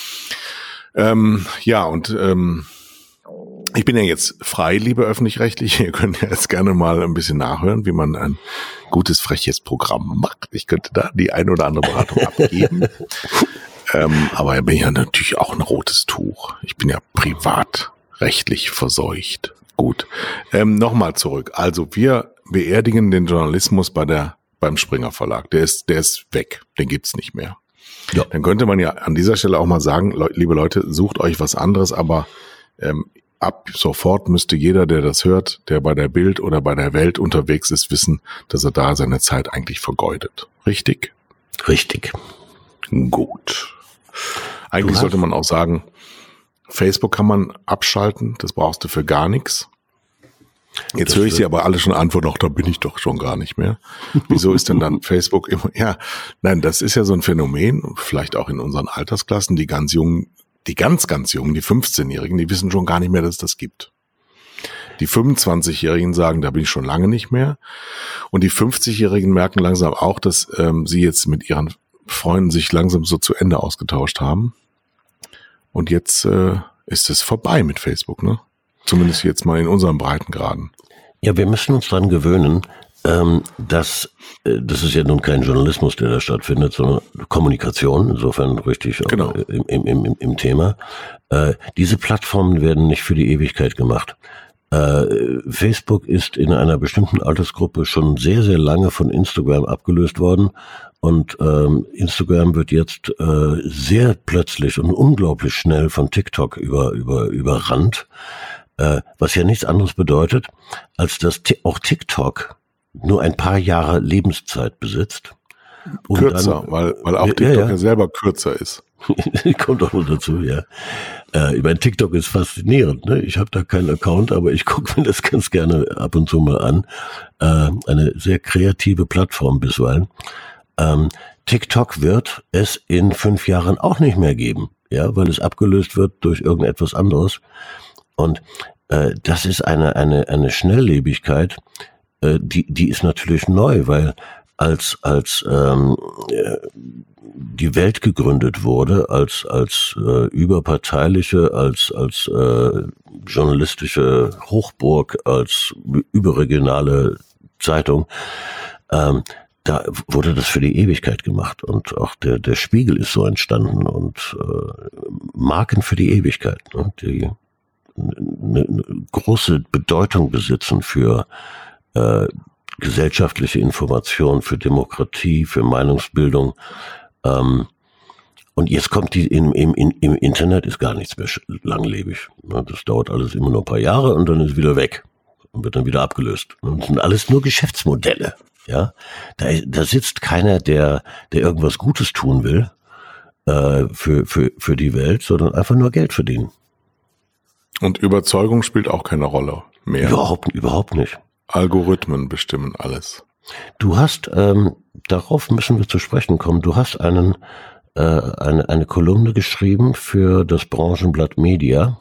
Ähm, ja, und ähm, ich bin ja jetzt frei, liebe Öffentlich-Rechtliche. Ihr könnt ja jetzt gerne mal ein bisschen nachhören, wie man ein gutes, freches Programm macht. Ich könnte da die ein oder andere Beratung abgeben. ähm, aber ich bin ja natürlich auch ein rotes Tuch. Ich bin ja privatrechtlich verseucht. Gut. Ähm, Nochmal zurück. Also wir beerdigen den Journalismus bei der beim Springer Verlag. Der ist, der ist weg. Den gibt's nicht mehr. Ja. Dann könnte man ja an dieser Stelle auch mal sagen, le- liebe Leute, sucht euch was anderes, aber ähm, ab sofort müsste jeder, der das hört, der bei der Bild oder bei der Welt unterwegs ist, wissen, dass er da seine Zeit eigentlich vergeudet. Richtig? Richtig. Gut. Eigentlich sollte man auch sagen, Facebook kann man abschalten, das brauchst du für gar nichts. Jetzt das höre ich Sie aber alle schon antworten, ach, da bin ich doch schon gar nicht mehr. Wieso ist denn dann Facebook immer, ja, nein, das ist ja so ein Phänomen, vielleicht auch in unseren Altersklassen, die ganz jungen, die ganz, ganz jungen, die fünfzehnjährigen, die wissen schon gar nicht mehr, dass es das gibt. Die fünfundzwanzigjährigen sagen, da bin ich schon lange nicht mehr. Und die fünfzigjährigen merken langsam auch, dass ähm, sie jetzt mit ihren Freunden sich langsam so zu Ende ausgetauscht haben. Und jetzt äh, ist es vorbei mit Facebook, ne? Zumindest jetzt mal in unseren Breitengraden. Ja, wir müssen uns dran gewöhnen, ähm, dass äh, das ist ja nun kein Journalismus, der da stattfindet, sondern Kommunikation, insofern richtig genau. im, im, im, im Thema. Äh, diese Plattformen werden nicht für die Ewigkeit gemacht. Äh, Facebook ist in einer bestimmten Altersgruppe schon sehr, sehr lange von Instagram abgelöst worden. Und ähm, Instagram wird jetzt äh, sehr plötzlich und unglaublich schnell von TikTok über, über, überrannt. Äh, was ja nichts anderes bedeutet, als dass t- auch TikTok nur ein paar Jahre Lebenszeit besitzt. Um kürzer, dann, weil, weil auch TikTok ja, ja. ja selber kürzer ist. Kommt auch noch dazu, ja. Äh, ich meine, TikTok ist faszinierend, ne? Ich habe da keinen Account, aber ich gucke mir das ganz gerne ab und zu mal an. Äh, eine sehr kreative Plattform bisweilen. Ähm, TikTok wird es in fünf Jahren auch nicht mehr geben, ja, weil es abgelöst wird durch irgendetwas anderes. Und äh, das ist eine eine eine Schnelllebigkeit, äh, die die ist natürlich neu, weil als als ähm, äh, die Welt gegründet wurde, als als äh, überparteiliche, als als äh, journalistische Hochburg, als überregionale Zeitung, ähm, da wurde das für die Ewigkeit gemacht und auch der der Spiegel ist so entstanden und äh, Marken für die Ewigkeit, ne, die eine, eine große Bedeutung besitzen für äh, gesellschaftliche Information, für Demokratie, für Meinungsbildung. Ähm, und jetzt kommt die im, im, im Internet ist gar nichts mehr langlebig. Das dauert alles immer nur ein paar Jahre und dann ist wieder weg und wird dann wieder abgelöst. Und das sind alles nur Geschäftsmodelle. Ja, da, da sitzt keiner, der, der irgendwas Gutes tun will äh, für, für, für die Welt, sondern einfach nur Geld verdienen. Und Überzeugung spielt auch keine Rolle mehr. Überhaupt, überhaupt nicht. Algorithmen bestimmen alles. Du hast, ähm, darauf müssen wir zu sprechen kommen, du hast einen, äh, eine, eine Kolumne geschrieben für das Branchenblatt Media,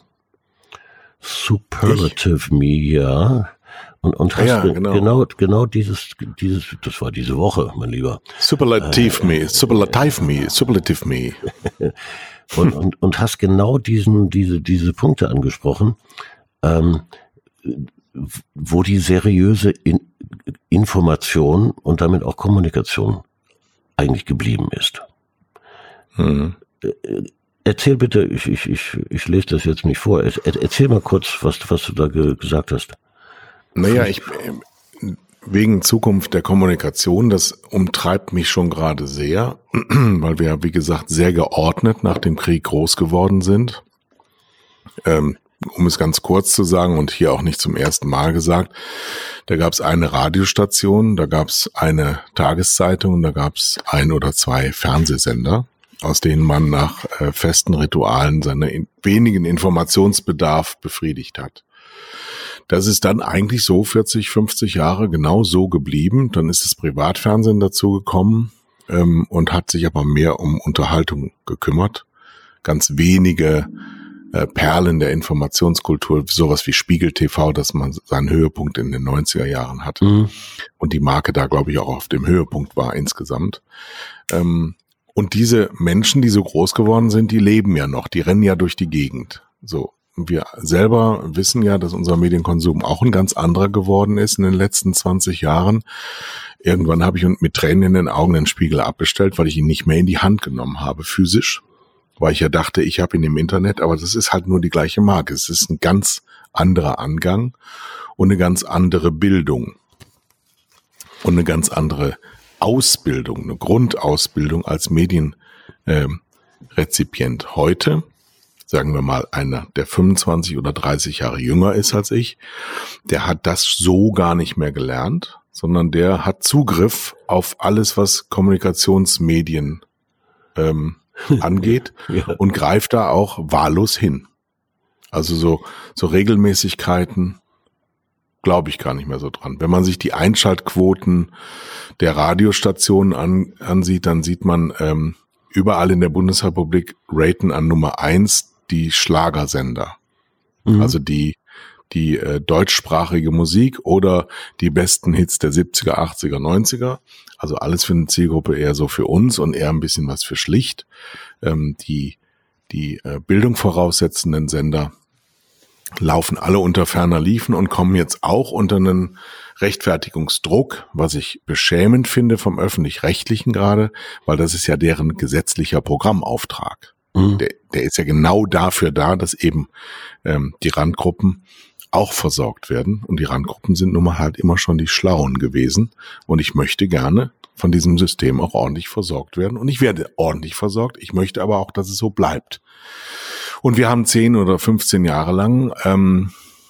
Superlative ich? Media, und, und hast ja, ge- genau. genau, genau dieses, dieses, das war diese Woche, mein Lieber. Superlative äh, me, Superlative me, Superlative me. und, und, und hast genau diesen, diese, diese Punkte angesprochen, ähm, wo die seriöse In- Information und damit auch Kommunikation eigentlich geblieben ist. Mhm. Erzähl bitte, ich, ich, ich, ich lese das jetzt nicht vor, erzähl mal kurz, was, was du da ge- gesagt hast. Naja, ich, wegen Zukunft der Kommunikation, das umtreibt mich schon gerade sehr, weil wir, wie gesagt, sehr geordnet nach dem Krieg groß geworden sind. Ähm, um es ganz kurz zu sagen und hier auch nicht zum ersten Mal gesagt, da gab es eine Radiostation, da gab es eine Tageszeitung und da gab es ein oder zwei Fernsehsender, aus denen man nach äh, festen Ritualen seinen in, wenigen Informationsbedarf befriedigt hat. Das ist dann eigentlich so vierzig, fünfzig Jahre genau so geblieben. Dann ist das Privatfernsehen dazu gekommen ähm, und hat sich aber mehr um Unterhaltung gekümmert. Ganz wenige äh, Perlen der Informationskultur, sowas wie Spiegel T V, dass man seinen Höhepunkt in den neunziger Jahren hatte. Mhm. Und die Marke da, glaube ich, auch auf dem Höhepunkt war insgesamt. Ähm, und diese Menschen, die so groß geworden sind, die leben ja noch, die rennen ja durch die Gegend. So. Wir selber wissen ja, dass unser Medienkonsum auch ein ganz anderer geworden ist in den letzten zwanzig Jahren. Irgendwann habe ich mit Tränen in den Augen den Spiegel abbestellt, weil ich ihn nicht mehr in die Hand genommen habe, physisch. Weil ich ja dachte, ich habe ihn im Internet, aber das ist halt nur die gleiche Marke. Es ist ein ganz anderer Angang und eine ganz andere Bildung. Und eine ganz andere Ausbildung, eine Grundausbildung als Medienrezipient. Ähm, Heute, sagen wir mal, einer, der fünfundzwanzig oder dreißig Jahre jünger ist als ich, der hat das so gar nicht mehr gelernt, sondern der hat Zugriff auf alles, was Kommunikationsmedien ähm, angeht ja. und greift da auch wahllos hin. Also so, so Regelmäßigkeiten glaube ich gar nicht mehr so dran. Wenn man sich die Einschaltquoten der Radiostationen an, ansieht, dann sieht man ähm, überall in der Bundesrepublik raten an Nummer eins die Schlagersender. Mhm. Also die die äh, deutschsprachige Musik oder die besten Hits der siebziger, achtziger, neunziger. Also alles für eine Zielgruppe eher so für uns und eher ein bisschen was für schlicht. Ähm, die die äh, Bildung voraussetzenden Sender laufen alle unter ferner Liefen und kommen jetzt auch unter einen Rechtfertigungsdruck, was ich beschämend finde vom Öffentlich-Rechtlichen gerade, weil das ist ja deren gesetzlicher Programmauftrag. Mhm. Der, der ist ja genau dafür da, dass eben ähm, die Randgruppen auch versorgt werden. Und die Randgruppen sind nun mal halt immer schon die Schlauen gewesen. Und ich möchte gerne von diesem System auch ordentlich versorgt werden. Und ich werde ordentlich versorgt. Ich möchte aber auch, dass es so bleibt. Und wir haben zehn oder fünfzehn Jahre lang ähm,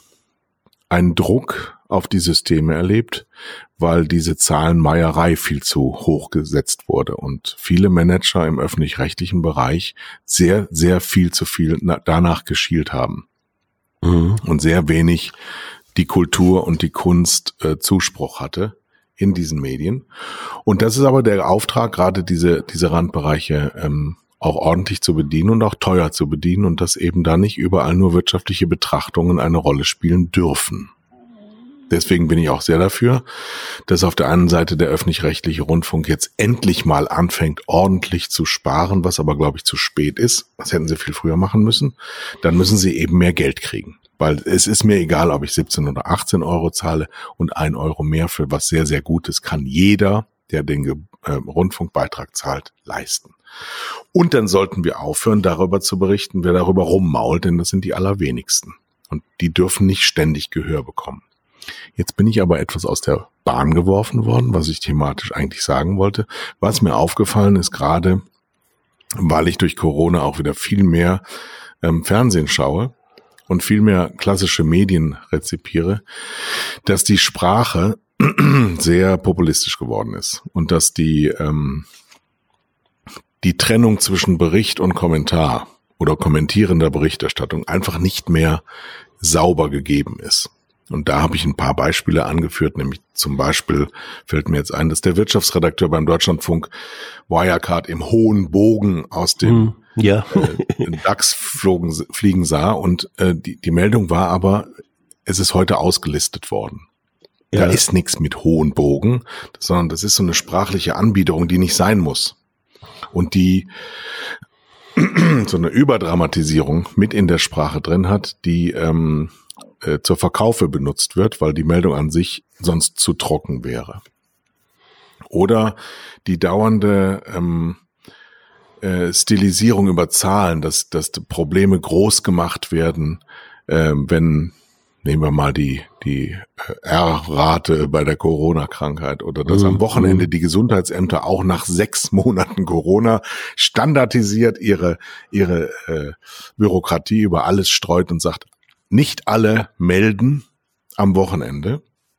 einen Druck auf die Systeme erlebt, weil diese Zahlenmeierei viel zu hoch gesetzt wurde und viele Manager im öffentlich-rechtlichen Bereich sehr, sehr viel zu viel na- danach geschielt haben mhm. und sehr wenig die Kultur und die Kunst äh, Zuspruch hatte in diesen Medien. Und das ist aber der Auftrag, gerade diese diese Randbereiche ähm, auch ordentlich zu bedienen und auch teuer zu bedienen und dass eben da nicht überall nur wirtschaftliche Betrachtungen eine Rolle spielen dürfen. Deswegen bin ich auch sehr dafür, dass auf der einen Seite der öffentlich-rechtliche Rundfunk jetzt endlich mal anfängt, ordentlich zu sparen, was aber, glaube ich, zu spät ist. Das hätten sie viel früher machen müssen. Dann müssen sie eben mehr Geld kriegen. Weil es ist mir egal, ob ich siebzehn oder achtzehn Euro zahle und ein Euro mehr für was sehr, sehr Gutes kann jeder, der den äh, Rundfunkbeitrag zahlt, leisten. Und dann sollten wir aufhören, darüber zu berichten, wer darüber rummault, denn das sind die allerwenigsten. Und die dürfen nicht ständig Gehör bekommen. Jetzt bin ich aber etwas aus der Bahn geworfen worden, was ich thematisch eigentlich sagen wollte. Was mir aufgefallen ist gerade, weil ich durch Corona auch wieder viel mehr ähm, Fernsehen schaue und viel mehr klassische Medien rezipiere, dass die Sprache sehr populistisch geworden ist und dass die ähm, die Trennung zwischen Bericht und Kommentar oder kommentierender Berichterstattung einfach nicht mehr sauber gegeben ist. Und da habe ich ein paar Beispiele angeführt, nämlich zum Beispiel fällt mir jetzt ein, dass der Wirtschaftsredakteur beim Deutschlandfunk Wirecard im hohen Bogen aus dem mm, ja. äh, DAX flogen, fliegen sah und äh, die, die Meldung war aber, es ist heute ausgelistet worden. Ja. Da ist nichts mit hohen Bogen, sondern das ist so eine sprachliche Anbiederung, die nicht sein muss. Und die so eine Überdramatisierung mit in der Sprache drin hat, die ähm, äh, zur Verkaufe benutzt wird, weil die Meldung an sich sonst zu trocken wäre. Oder die dauernde ähm, äh, Stilisierung über Zahlen, dass, dass die Probleme groß gemacht werden, äh, wenn, nehmen wir mal die, die R-Rate bei der Corona-Krankheit oder dass mhm. am Wochenende die Gesundheitsämter auch nach sechs Monaten Corona standardisiert ihre, ihre äh, Bürokratie über alles streut und sagt, nicht alle melden am Wochenende,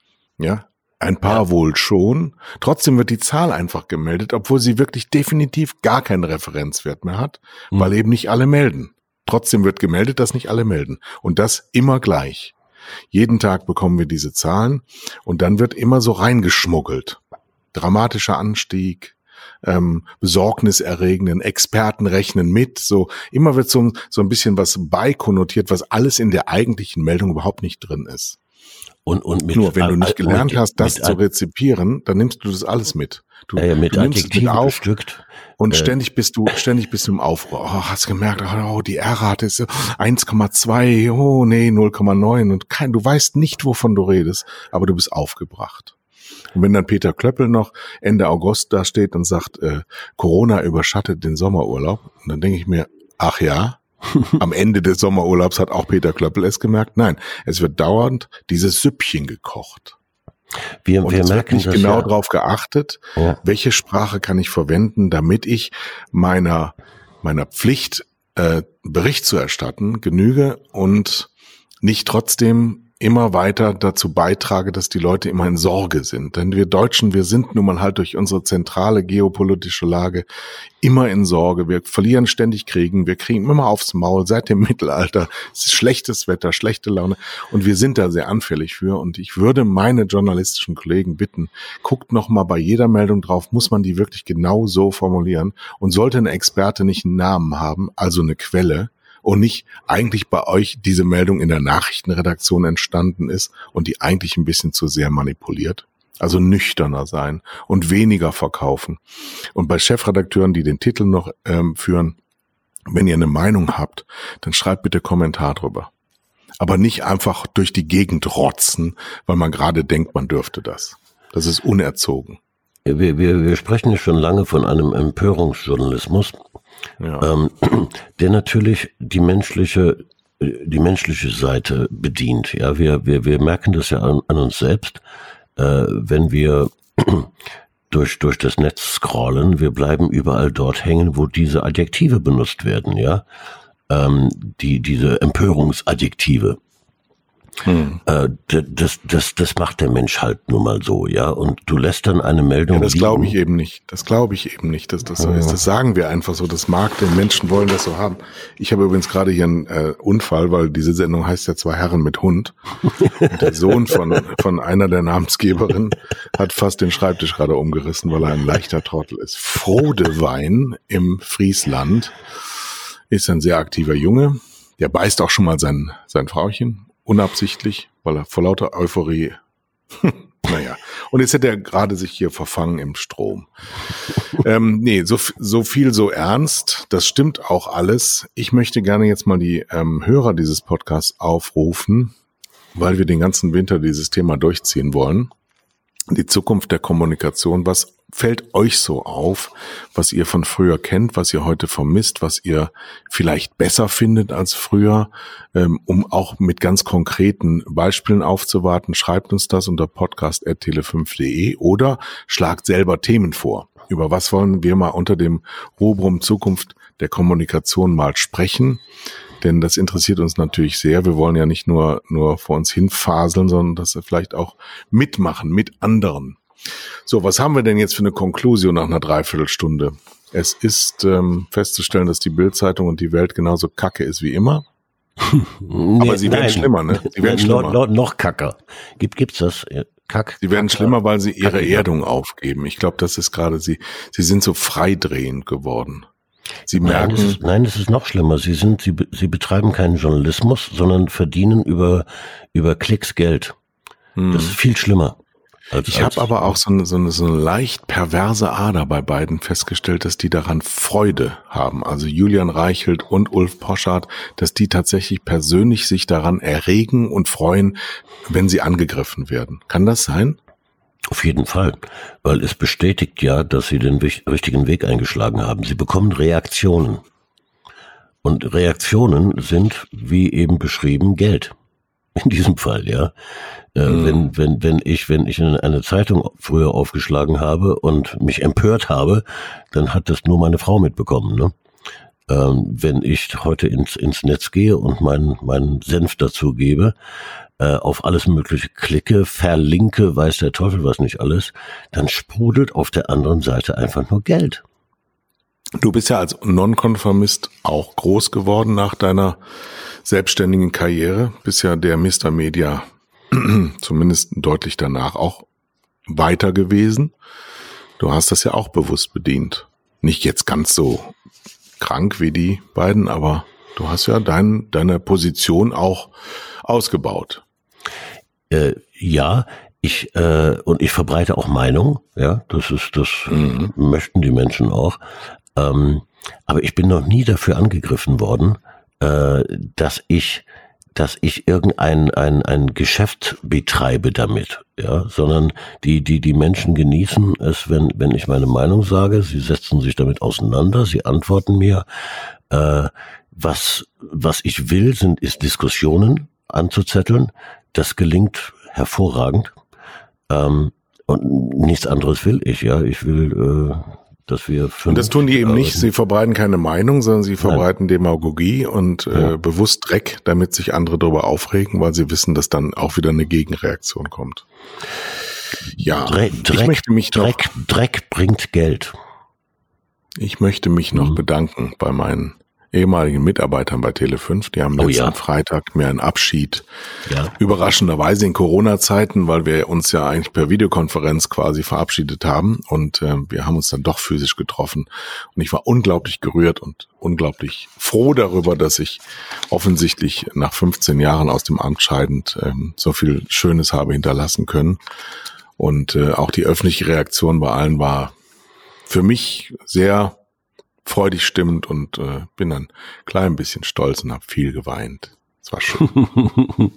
ja, ein paar ja. wohl schon. Trotzdem wird die Zahl einfach gemeldet, obwohl sie wirklich definitiv gar keinen Referenzwert mehr hat, mhm. weil eben nicht alle melden. Trotzdem wird gemeldet, dass nicht alle melden. Und das immer gleich. Jeden Tag bekommen wir diese Zahlen und dann wird immer so reingeschmuggelt. Dramatischer Anstieg, ähm, besorgniserregenden, Experten rechnen mit, so immer wird so, so ein bisschen was beikonnotiert, was alles in der eigentlichen Meldung überhaupt nicht drin ist. Und, und mit, Nur wenn du nicht gelernt mit, hast, das zu rezipieren, dann nimmst du das alles mit. Du, ja, ja, mit du nimmst es mit auf bestückt. Und äh, ständig bist du, ständig bist du im Aufruhr. Oh, hast gemerkt, oh, die R-Rate ist eins Komma zwei, oh nee, null Komma neun und kein, du weißt nicht, wovon du redest, aber du bist aufgebracht. Und wenn dann Peter Klöppel noch Ende August da steht und sagt, äh, Corona überschattet den Sommerurlaub, und dann denke ich mir, ach ja, am Ende des Sommerurlaubs hat auch Peter Klöppel es gemerkt. Nein, es wird dauernd dieses Süppchen gekocht. Wir, und wir es merken wird nicht das genau ja. darauf geachtet, ja. welche Sprache kann ich verwenden, damit ich meiner meiner Pflicht, äh, Bericht zu erstatten, genüge und nicht trotzdem immer weiter dazu beitrage, dass die Leute immer in Sorge sind. Denn wir Deutschen, wir sind nun mal halt durch unsere zentrale geopolitische Lage immer in Sorge. Wir verlieren ständig Kriegen, wir kriegen immer aufs Maul seit dem Mittelalter. Es ist schlechtes Wetter, schlechte Laune und wir sind da sehr anfällig für. Und ich würde meine journalistischen Kollegen bitten, guckt noch mal bei jeder Meldung drauf, muss man die wirklich genau so formulieren und sollte ein Experte nicht einen Namen haben, also eine Quelle, und nicht eigentlich bei euch diese Meldung in der Nachrichtenredaktion entstanden ist und die eigentlich ein bisschen zu sehr manipuliert. Also nüchterner sein und weniger verkaufen. Und bei Chefredakteuren, die den Titel noch ähm, führen, wenn ihr eine Meinung habt, dann schreibt bitte Kommentar drüber. Aber nicht einfach durch die Gegend rotzen, weil man gerade denkt, man dürfte das. Das ist unerzogen. Wir, wir, wir sprechen ja schon lange von einem Empörungsjournalismus. Ja. Ähm, der natürlich die menschliche, die menschliche Seite bedient. Ja, wir, wir, wir merken das ja an, an uns selbst, äh, wenn wir durch, durch das Netz scrollen, wir bleiben überall dort hängen, wo diese Adjektive benutzt werden, ja, ähm, die, diese Empörungsadjektive. Hm. Äh, das, das, das macht der Mensch halt nun mal so, ja. Und du lässt dann eine Meldung. Ja, das glaube ich eben nicht. Das glaube ich eben nicht, dass das so ja. ist. Das sagen wir einfach so. Das mag, den Menschen wollen das so haben. Ich habe übrigens gerade hier einen äh, Unfall, weil diese Sendung heißt ja Zwei Herren mit Hund. Und der Sohn von von einer der Namensgeberinnen hat fast den Schreibtisch gerade umgerissen, weil er ein leichter Trottel ist. Frodewein im Friesland ist ein sehr aktiver Junge. Der beißt auch schon mal sein sein Frauchen. Unabsichtlich, weil er vor lauter Euphorie, naja, und jetzt hätte er gerade sich hier verfangen im Strom. ähm, nee, so, so viel, so ernst, das stimmt auch alles. Ich möchte gerne jetzt mal die ähm, Hörer dieses Podcasts aufrufen, weil wir den ganzen Winter dieses Thema durchziehen wollen. Die Zukunft der Kommunikation, was fällt euch so auf, was ihr von früher kennt, was ihr heute vermisst, was ihr vielleicht besser findet als früher, ähm, um auch mit ganz konkreten Beispielen aufzuwarten, schreibt uns das unter podcast at tele fünf punkt de oder schlagt selber Themen vor. Über was wollen wir mal unter dem Rubrum Zukunft der Kommunikation mal sprechen? Denn das interessiert uns natürlich sehr. Wir wollen ja nicht nur nur vor uns hinfaseln, sondern dass wir vielleicht auch mitmachen mit anderen. So, was haben wir denn jetzt für eine Konklusion nach einer Dreiviertelstunde? Es ist ähm, festzustellen, dass die Bild-Zeitung und die Welt genauso kacke ist wie immer. Nee, aber sie werden nein. schlimmer, ne? Sie werden no, schlimmer. No, noch kacker. Gibt, gibt's das? Kack? Sie werden Kacker. schlimmer, weil sie ihre Kacker. Erdung aufgeben. Ich glaube, das ist gerade sie. Sie sind so freidrehend geworden. Sie merken. Nein, es ist, nein, es ist noch schlimmer. Sie sind, sie, sie betreiben keinen Journalismus, sondern verdienen über, über Klicks Geld. Hm. Das ist viel schlimmer. Als, ich habe aber auch so eine, so, eine, so eine leicht perverse Ader bei beiden festgestellt, dass die daran Freude haben. Also Julian Reichelt und Ulf Poschardt, dass die tatsächlich persönlich sich daran erregen und freuen, wenn sie angegriffen werden. Kann das sein? Auf jeden Fall, weil es bestätigt ja, dass sie den richtigen Weg eingeschlagen haben. Sie bekommen Reaktionen. Und Reaktionen sind, wie eben beschrieben, Geld. In diesem Fall, ja. Äh, mhm. Wenn, wenn, wenn ich, wenn ich eine Zeitung früher aufgeschlagen habe und mich empört habe, dann hat das nur meine Frau mitbekommen, ne? Ähm, wenn ich heute ins, ins Netz gehe und meinen, meinen Senf dazu gebe, äh, auf alles Mögliche klicke, verlinke, weiß der Teufel was nicht alles, dann sprudelt auf der anderen Seite einfach nur Geld. Du bist ja als Nonkonformist auch groß geworden nach deiner selbstständigen Karriere, bist ja der Mister Media zumindest deutlich danach auch weiter gewesen. Du hast das ja auch bewusst bedient. Nicht jetzt ganz so krank wie die beiden, aber du hast ja dein, deine Position auch ausgebaut. Äh, ja, ich äh, und ich verbreite auch Meinung, ja, das ist das mhm. möchten die Menschen auch. Ähm, aber ich bin noch nie dafür angegriffen worden, äh, dass ich, dass ich irgendein ein ein Geschäft betreibe damit, ja, sondern die die die Menschen genießen es, wenn wenn ich meine Meinung sage. Sie setzen sich damit auseinander, sie antworten mir. Äh, was was ich will, sind ist Diskussionen anzuzetteln. Das gelingt hervorragend. Ähm, und nichts anderes will ich, ja. Ich will äh, dass wir und das tun die eben nicht, sie verbreiten keine Meinung, sondern sie verbreiten Nein. Demagogie und äh, ja. bewusst Dreck, damit sich andere darüber aufregen, weil sie wissen, dass dann auch wieder eine Gegenreaktion kommt. Ja, Dreck, ich möchte mich Dreck, noch, Dreck bringt Geld. Ich möchte mich noch mhm. bedanken bei meinen ehemaligen Mitarbeitern bei Tele fünf, die haben letzten oh ja. Freitag mir einen Abschied, ja. überraschenderweise in Corona-Zeiten, weil wir uns ja eigentlich per Videokonferenz quasi verabschiedet haben und äh, wir haben uns dann doch physisch getroffen und ich war unglaublich gerührt und unglaublich froh darüber, dass ich offensichtlich nach fünfzehn Jahren aus dem Amt scheidend äh, so viel Schönes habe hinterlassen können und äh, auch die öffentliche Reaktion bei allen war für mich sehr freudig stimmend und äh, bin dann ein klein bisschen stolz und habe viel geweint. Das war schön.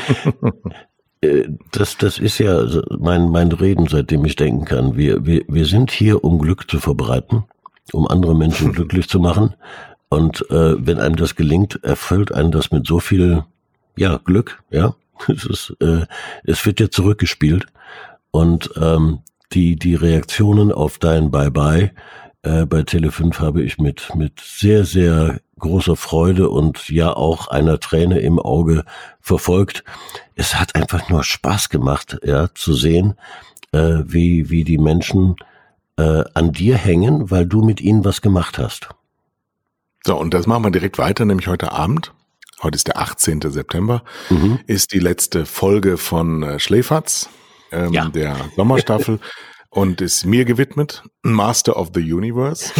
das, das ist ja mein, mein Reden, seitdem ich denken kann. Wir, wir, wir sind hier, um Glück zu verbreiten, um andere Menschen glücklich zu machen. Und äh, wenn einem das gelingt, erfüllt einen das mit so viel ja Glück. Ja, es ist, äh, es wird ja zurückgespielt und ähm, die die Reaktionen auf dein Bye-bye Äh, bei Tele fünf habe ich mit mit sehr, sehr großer Freude und ja auch einer Träne im Auge verfolgt. Es hat einfach nur Spaß gemacht, ja, zu sehen, äh, wie wie die Menschen äh, an dir hängen, weil du mit ihnen was gemacht hast. So, und das machen wir direkt weiter, nämlich heute Abend. Heute ist der achtzehnte September, mhm. ist die letzte Folge von äh, Schläferz, ähm, ja. der Sommerstaffel. Und ist mir gewidmet, Master of the Universe.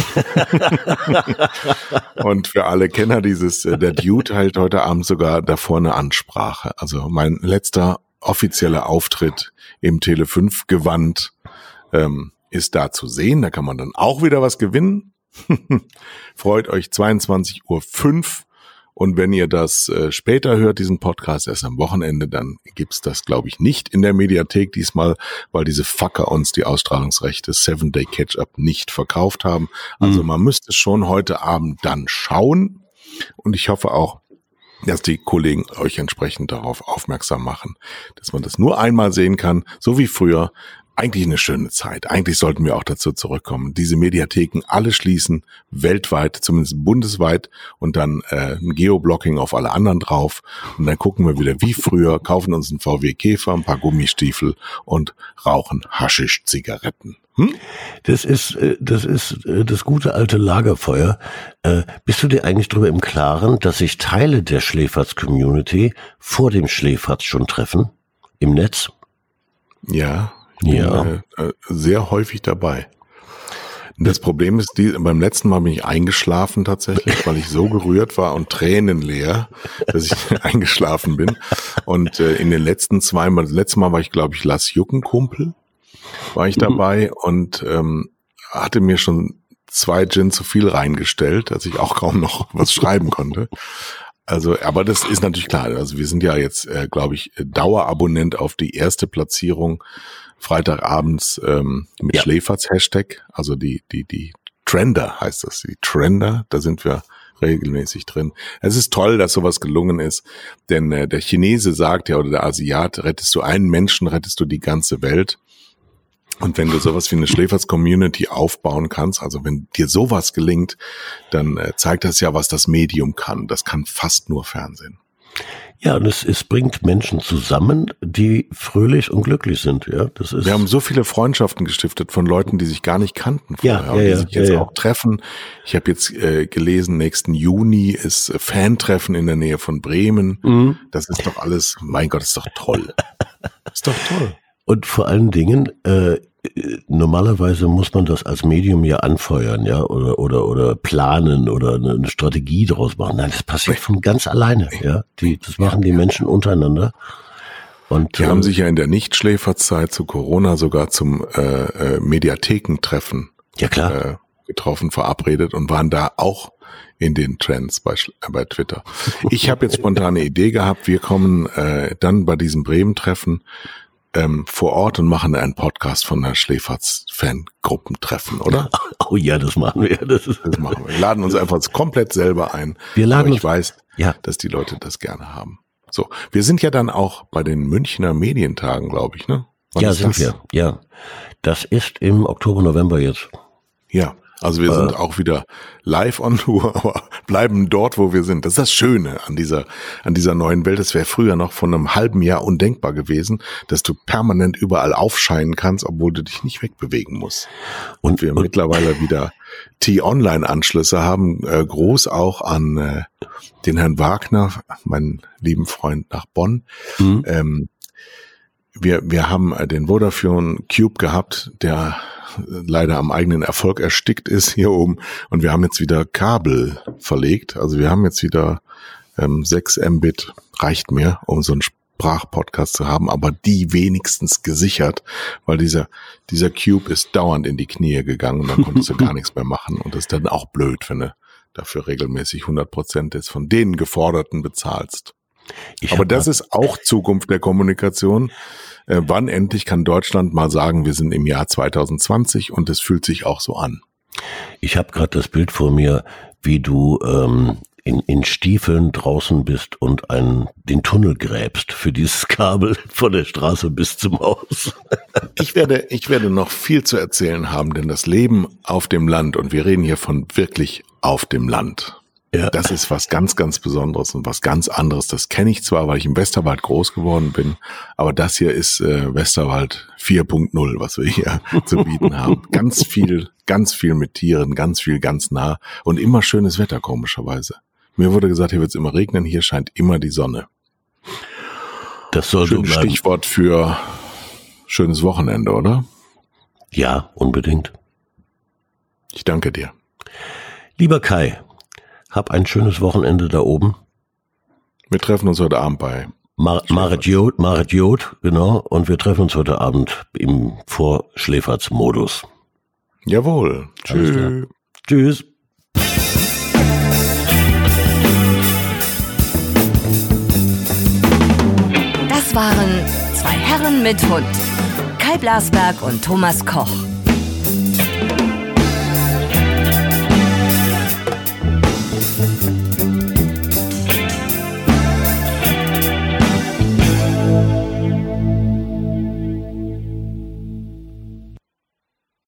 Und für alle Kenner dieses, der Dude hält heute Abend sogar davor eine Ansprache. Also mein letzter offizieller Auftritt im Tele fünf Gewand ähm, ist da zu sehen. Da kann man dann auch wieder was gewinnen. Freut euch, zweiundzwanzig Uhr fünf. Und wenn ihr das äh, später hört, diesen Podcast erst am Wochenende, dann gibt's das, glaube ich, nicht in der Mediathek diesmal, weil diese Fucker uns die Ausstrahlungsrechte Seven Day Catch-Up nicht verkauft haben. Also mhm. man müsste schon heute Abend dann schauen. Und ich hoffe auch, dass die Kollegen euch entsprechend darauf aufmerksam machen, dass man das nur einmal sehen kann, so wie früher. Eigentlich eine schöne Zeit. Eigentlich sollten wir auch dazu zurückkommen. Diese Mediatheken alle schließen, weltweit, zumindest bundesweit, und dann äh, ein Geoblocking auf alle anderen drauf. Und dann gucken wir wieder wie früher, kaufen uns einen V W Käfer, ein paar Gummistiefel und rauchen Haschisch-Zigaretten. Hm? Das ist das ist das gute alte Lagerfeuer. Äh, bist du dir eigentlich darüber im Klaren, dass sich Teile der Schläferz-Community vor dem Schläferz schon treffen? Im Netz? Ja. Ich bin ja. äh, sehr häufig dabei. Das Problem ist, die, beim letzten Mal bin ich eingeschlafen tatsächlich, weil ich so gerührt war und tränenleer, dass ich eingeschlafen bin. Und äh, in den letzten zwei Mal, das letzte Mal war ich, glaube ich, Lass Juckenkumpel, war ich dabei mhm. und ähm, hatte mir schon zwei Gin zu viel reingestellt, dass ich auch kaum noch was schreiben konnte. Also, aber das ist natürlich klar. Also wir sind ja jetzt, äh, glaube ich, Dauerabonnent auf die erste Platzierung Freitagabends ähm, mit Ja. Schläferz-Hashtag, also die, die, die Trender heißt das, die Trender, da sind wir regelmäßig drin. Es ist toll, dass sowas gelungen ist, denn äh, der Chinese sagt ja, oder der Asiat, rettest du einen Menschen, rettest du die ganze Welt. Und wenn du sowas wie eine Schläferz-Community aufbauen kannst, also wenn dir sowas gelingt, dann äh, zeigt das ja, was das Medium kann. Das kann fast nur Fernsehen. Ja, und es, es bringt Menschen zusammen, die fröhlich und glücklich sind. Ja, das ist. Wir haben so viele Freundschaften gestiftet von Leuten, die sich gar nicht kannten Ja, vorher, ja, und die ja, sich jetzt ja, ja. auch treffen. Ich habe jetzt äh, gelesen, nächsten Juni ist äh, Fantreffen in der Nähe von Bremen. Mhm. Das ist doch alles, mein Gott, ist doch toll. Ist doch toll. Und vor allen Dingen, äh, normalerweise muss man das als Medium ja anfeuern, ja, oder oder oder planen oder eine, eine Strategie daraus machen. Nein, das passiert von ganz alleine, ja. Die, das machen die Menschen untereinander. Und Die äh, haben sich ja in der Nicht-Schläferzeit zu Corona sogar zum äh, äh, Mediathekentreffen ja klar. äh, getroffen, verabredet und waren da auch in den Trends bei, Sch- äh, bei Twitter. Ich habe jetzt spontane Idee gehabt, wir kommen äh, dann bei diesem Bremen-Treffen ähm, vor Ort und machen einen Podcast von der Schläferz-Fangruppentreffen, oder? Oh ja, das machen wir. Das ist, Das machen wir. Wir laden uns einfach komplett selber ein. Wir laden Aber ich uns- weiß, ja. dass die Leute das gerne haben. So, wir sind ja dann auch bei den Münchner Medientagen, glaube ich, ne? Wann ja, ist sind das? wir. Ja, das ist im Oktober, November jetzt. Ja, also wir Äh. sind auch wieder live on Tour, aber bleiben dort, wo wir sind. Das ist das Schöne an dieser an dieser neuen Welt. Das wäre früher noch von einem halben Jahr undenkbar gewesen, dass du permanent überall aufscheinen kannst, obwohl du dich nicht wegbewegen musst. Und, Und- wir und- mittlerweile wieder T-Online-Anschlüsse haben, äh, groß auch an äh, den Herrn Wagner, meinen lieben Freund nach Bonn. Mhm. Ähm, wir wir haben äh, den Vodafone Cube gehabt, der äh, leider am eigenen Erfolg erstickt ist hier oben. Und wir haben jetzt wieder Kabel verlegt. Also wir haben jetzt wieder ähm, sechs Mbit, reicht mir, um so einen Sprachpodcast zu haben, aber die wenigstens gesichert, weil dieser dieser Cube ist dauernd in die Knie gegangen und dann konntest du gar nichts mehr machen. Und das ist dann auch blöd, wenn du dafür regelmäßig hundert Prozent des von denen Geforderten bezahlst. Ich Aber hab das mal- ist auch Zukunft der Kommunikation. Äh, wann endlich kann Deutschland mal sagen, wir sind im Jahr zwanzig zwanzig und es fühlt sich auch so an. Ich habe gerade das Bild vor mir, wie du ähm, in, in Stiefeln draußen bist und einen, den Tunnel gräbst für dieses Kabel von der Straße bis zum Haus. Ich werde, ich werde noch viel zu erzählen haben, denn das Leben auf dem Land, und wir reden hier von wirklich auf dem Land, Ja. das ist was ganz, ganz Besonderes und was ganz anderes. Das kenne ich zwar, weil ich im Westerwald groß geworden bin, aber das hier ist äh, Westerwald vier Punkt null, was wir hier zu bieten haben. Ganz viel, ganz viel mit Tieren, ganz viel ganz nah und immer schönes Wetter, komischerweise. Mir wurde gesagt, hier wird es immer regnen, hier scheint immer die Sonne. Das soll so Schönes bleiben. Stichwort für schönes Wochenende, oder? Ja, unbedingt. Ich danke dir. Lieber Kai, hab ein schönes Wochenende da oben. Wir treffen uns heute Abend bei. Mar Marit Jod, Marit Jod, genau. Und wir treffen uns heute Abend im Vorschläferz-Modus. Jawohl. Alles klar. Tschüss. Tschüss. Das waren zwei Herren mit Hund. Kai Blasberg und Thomas Koch.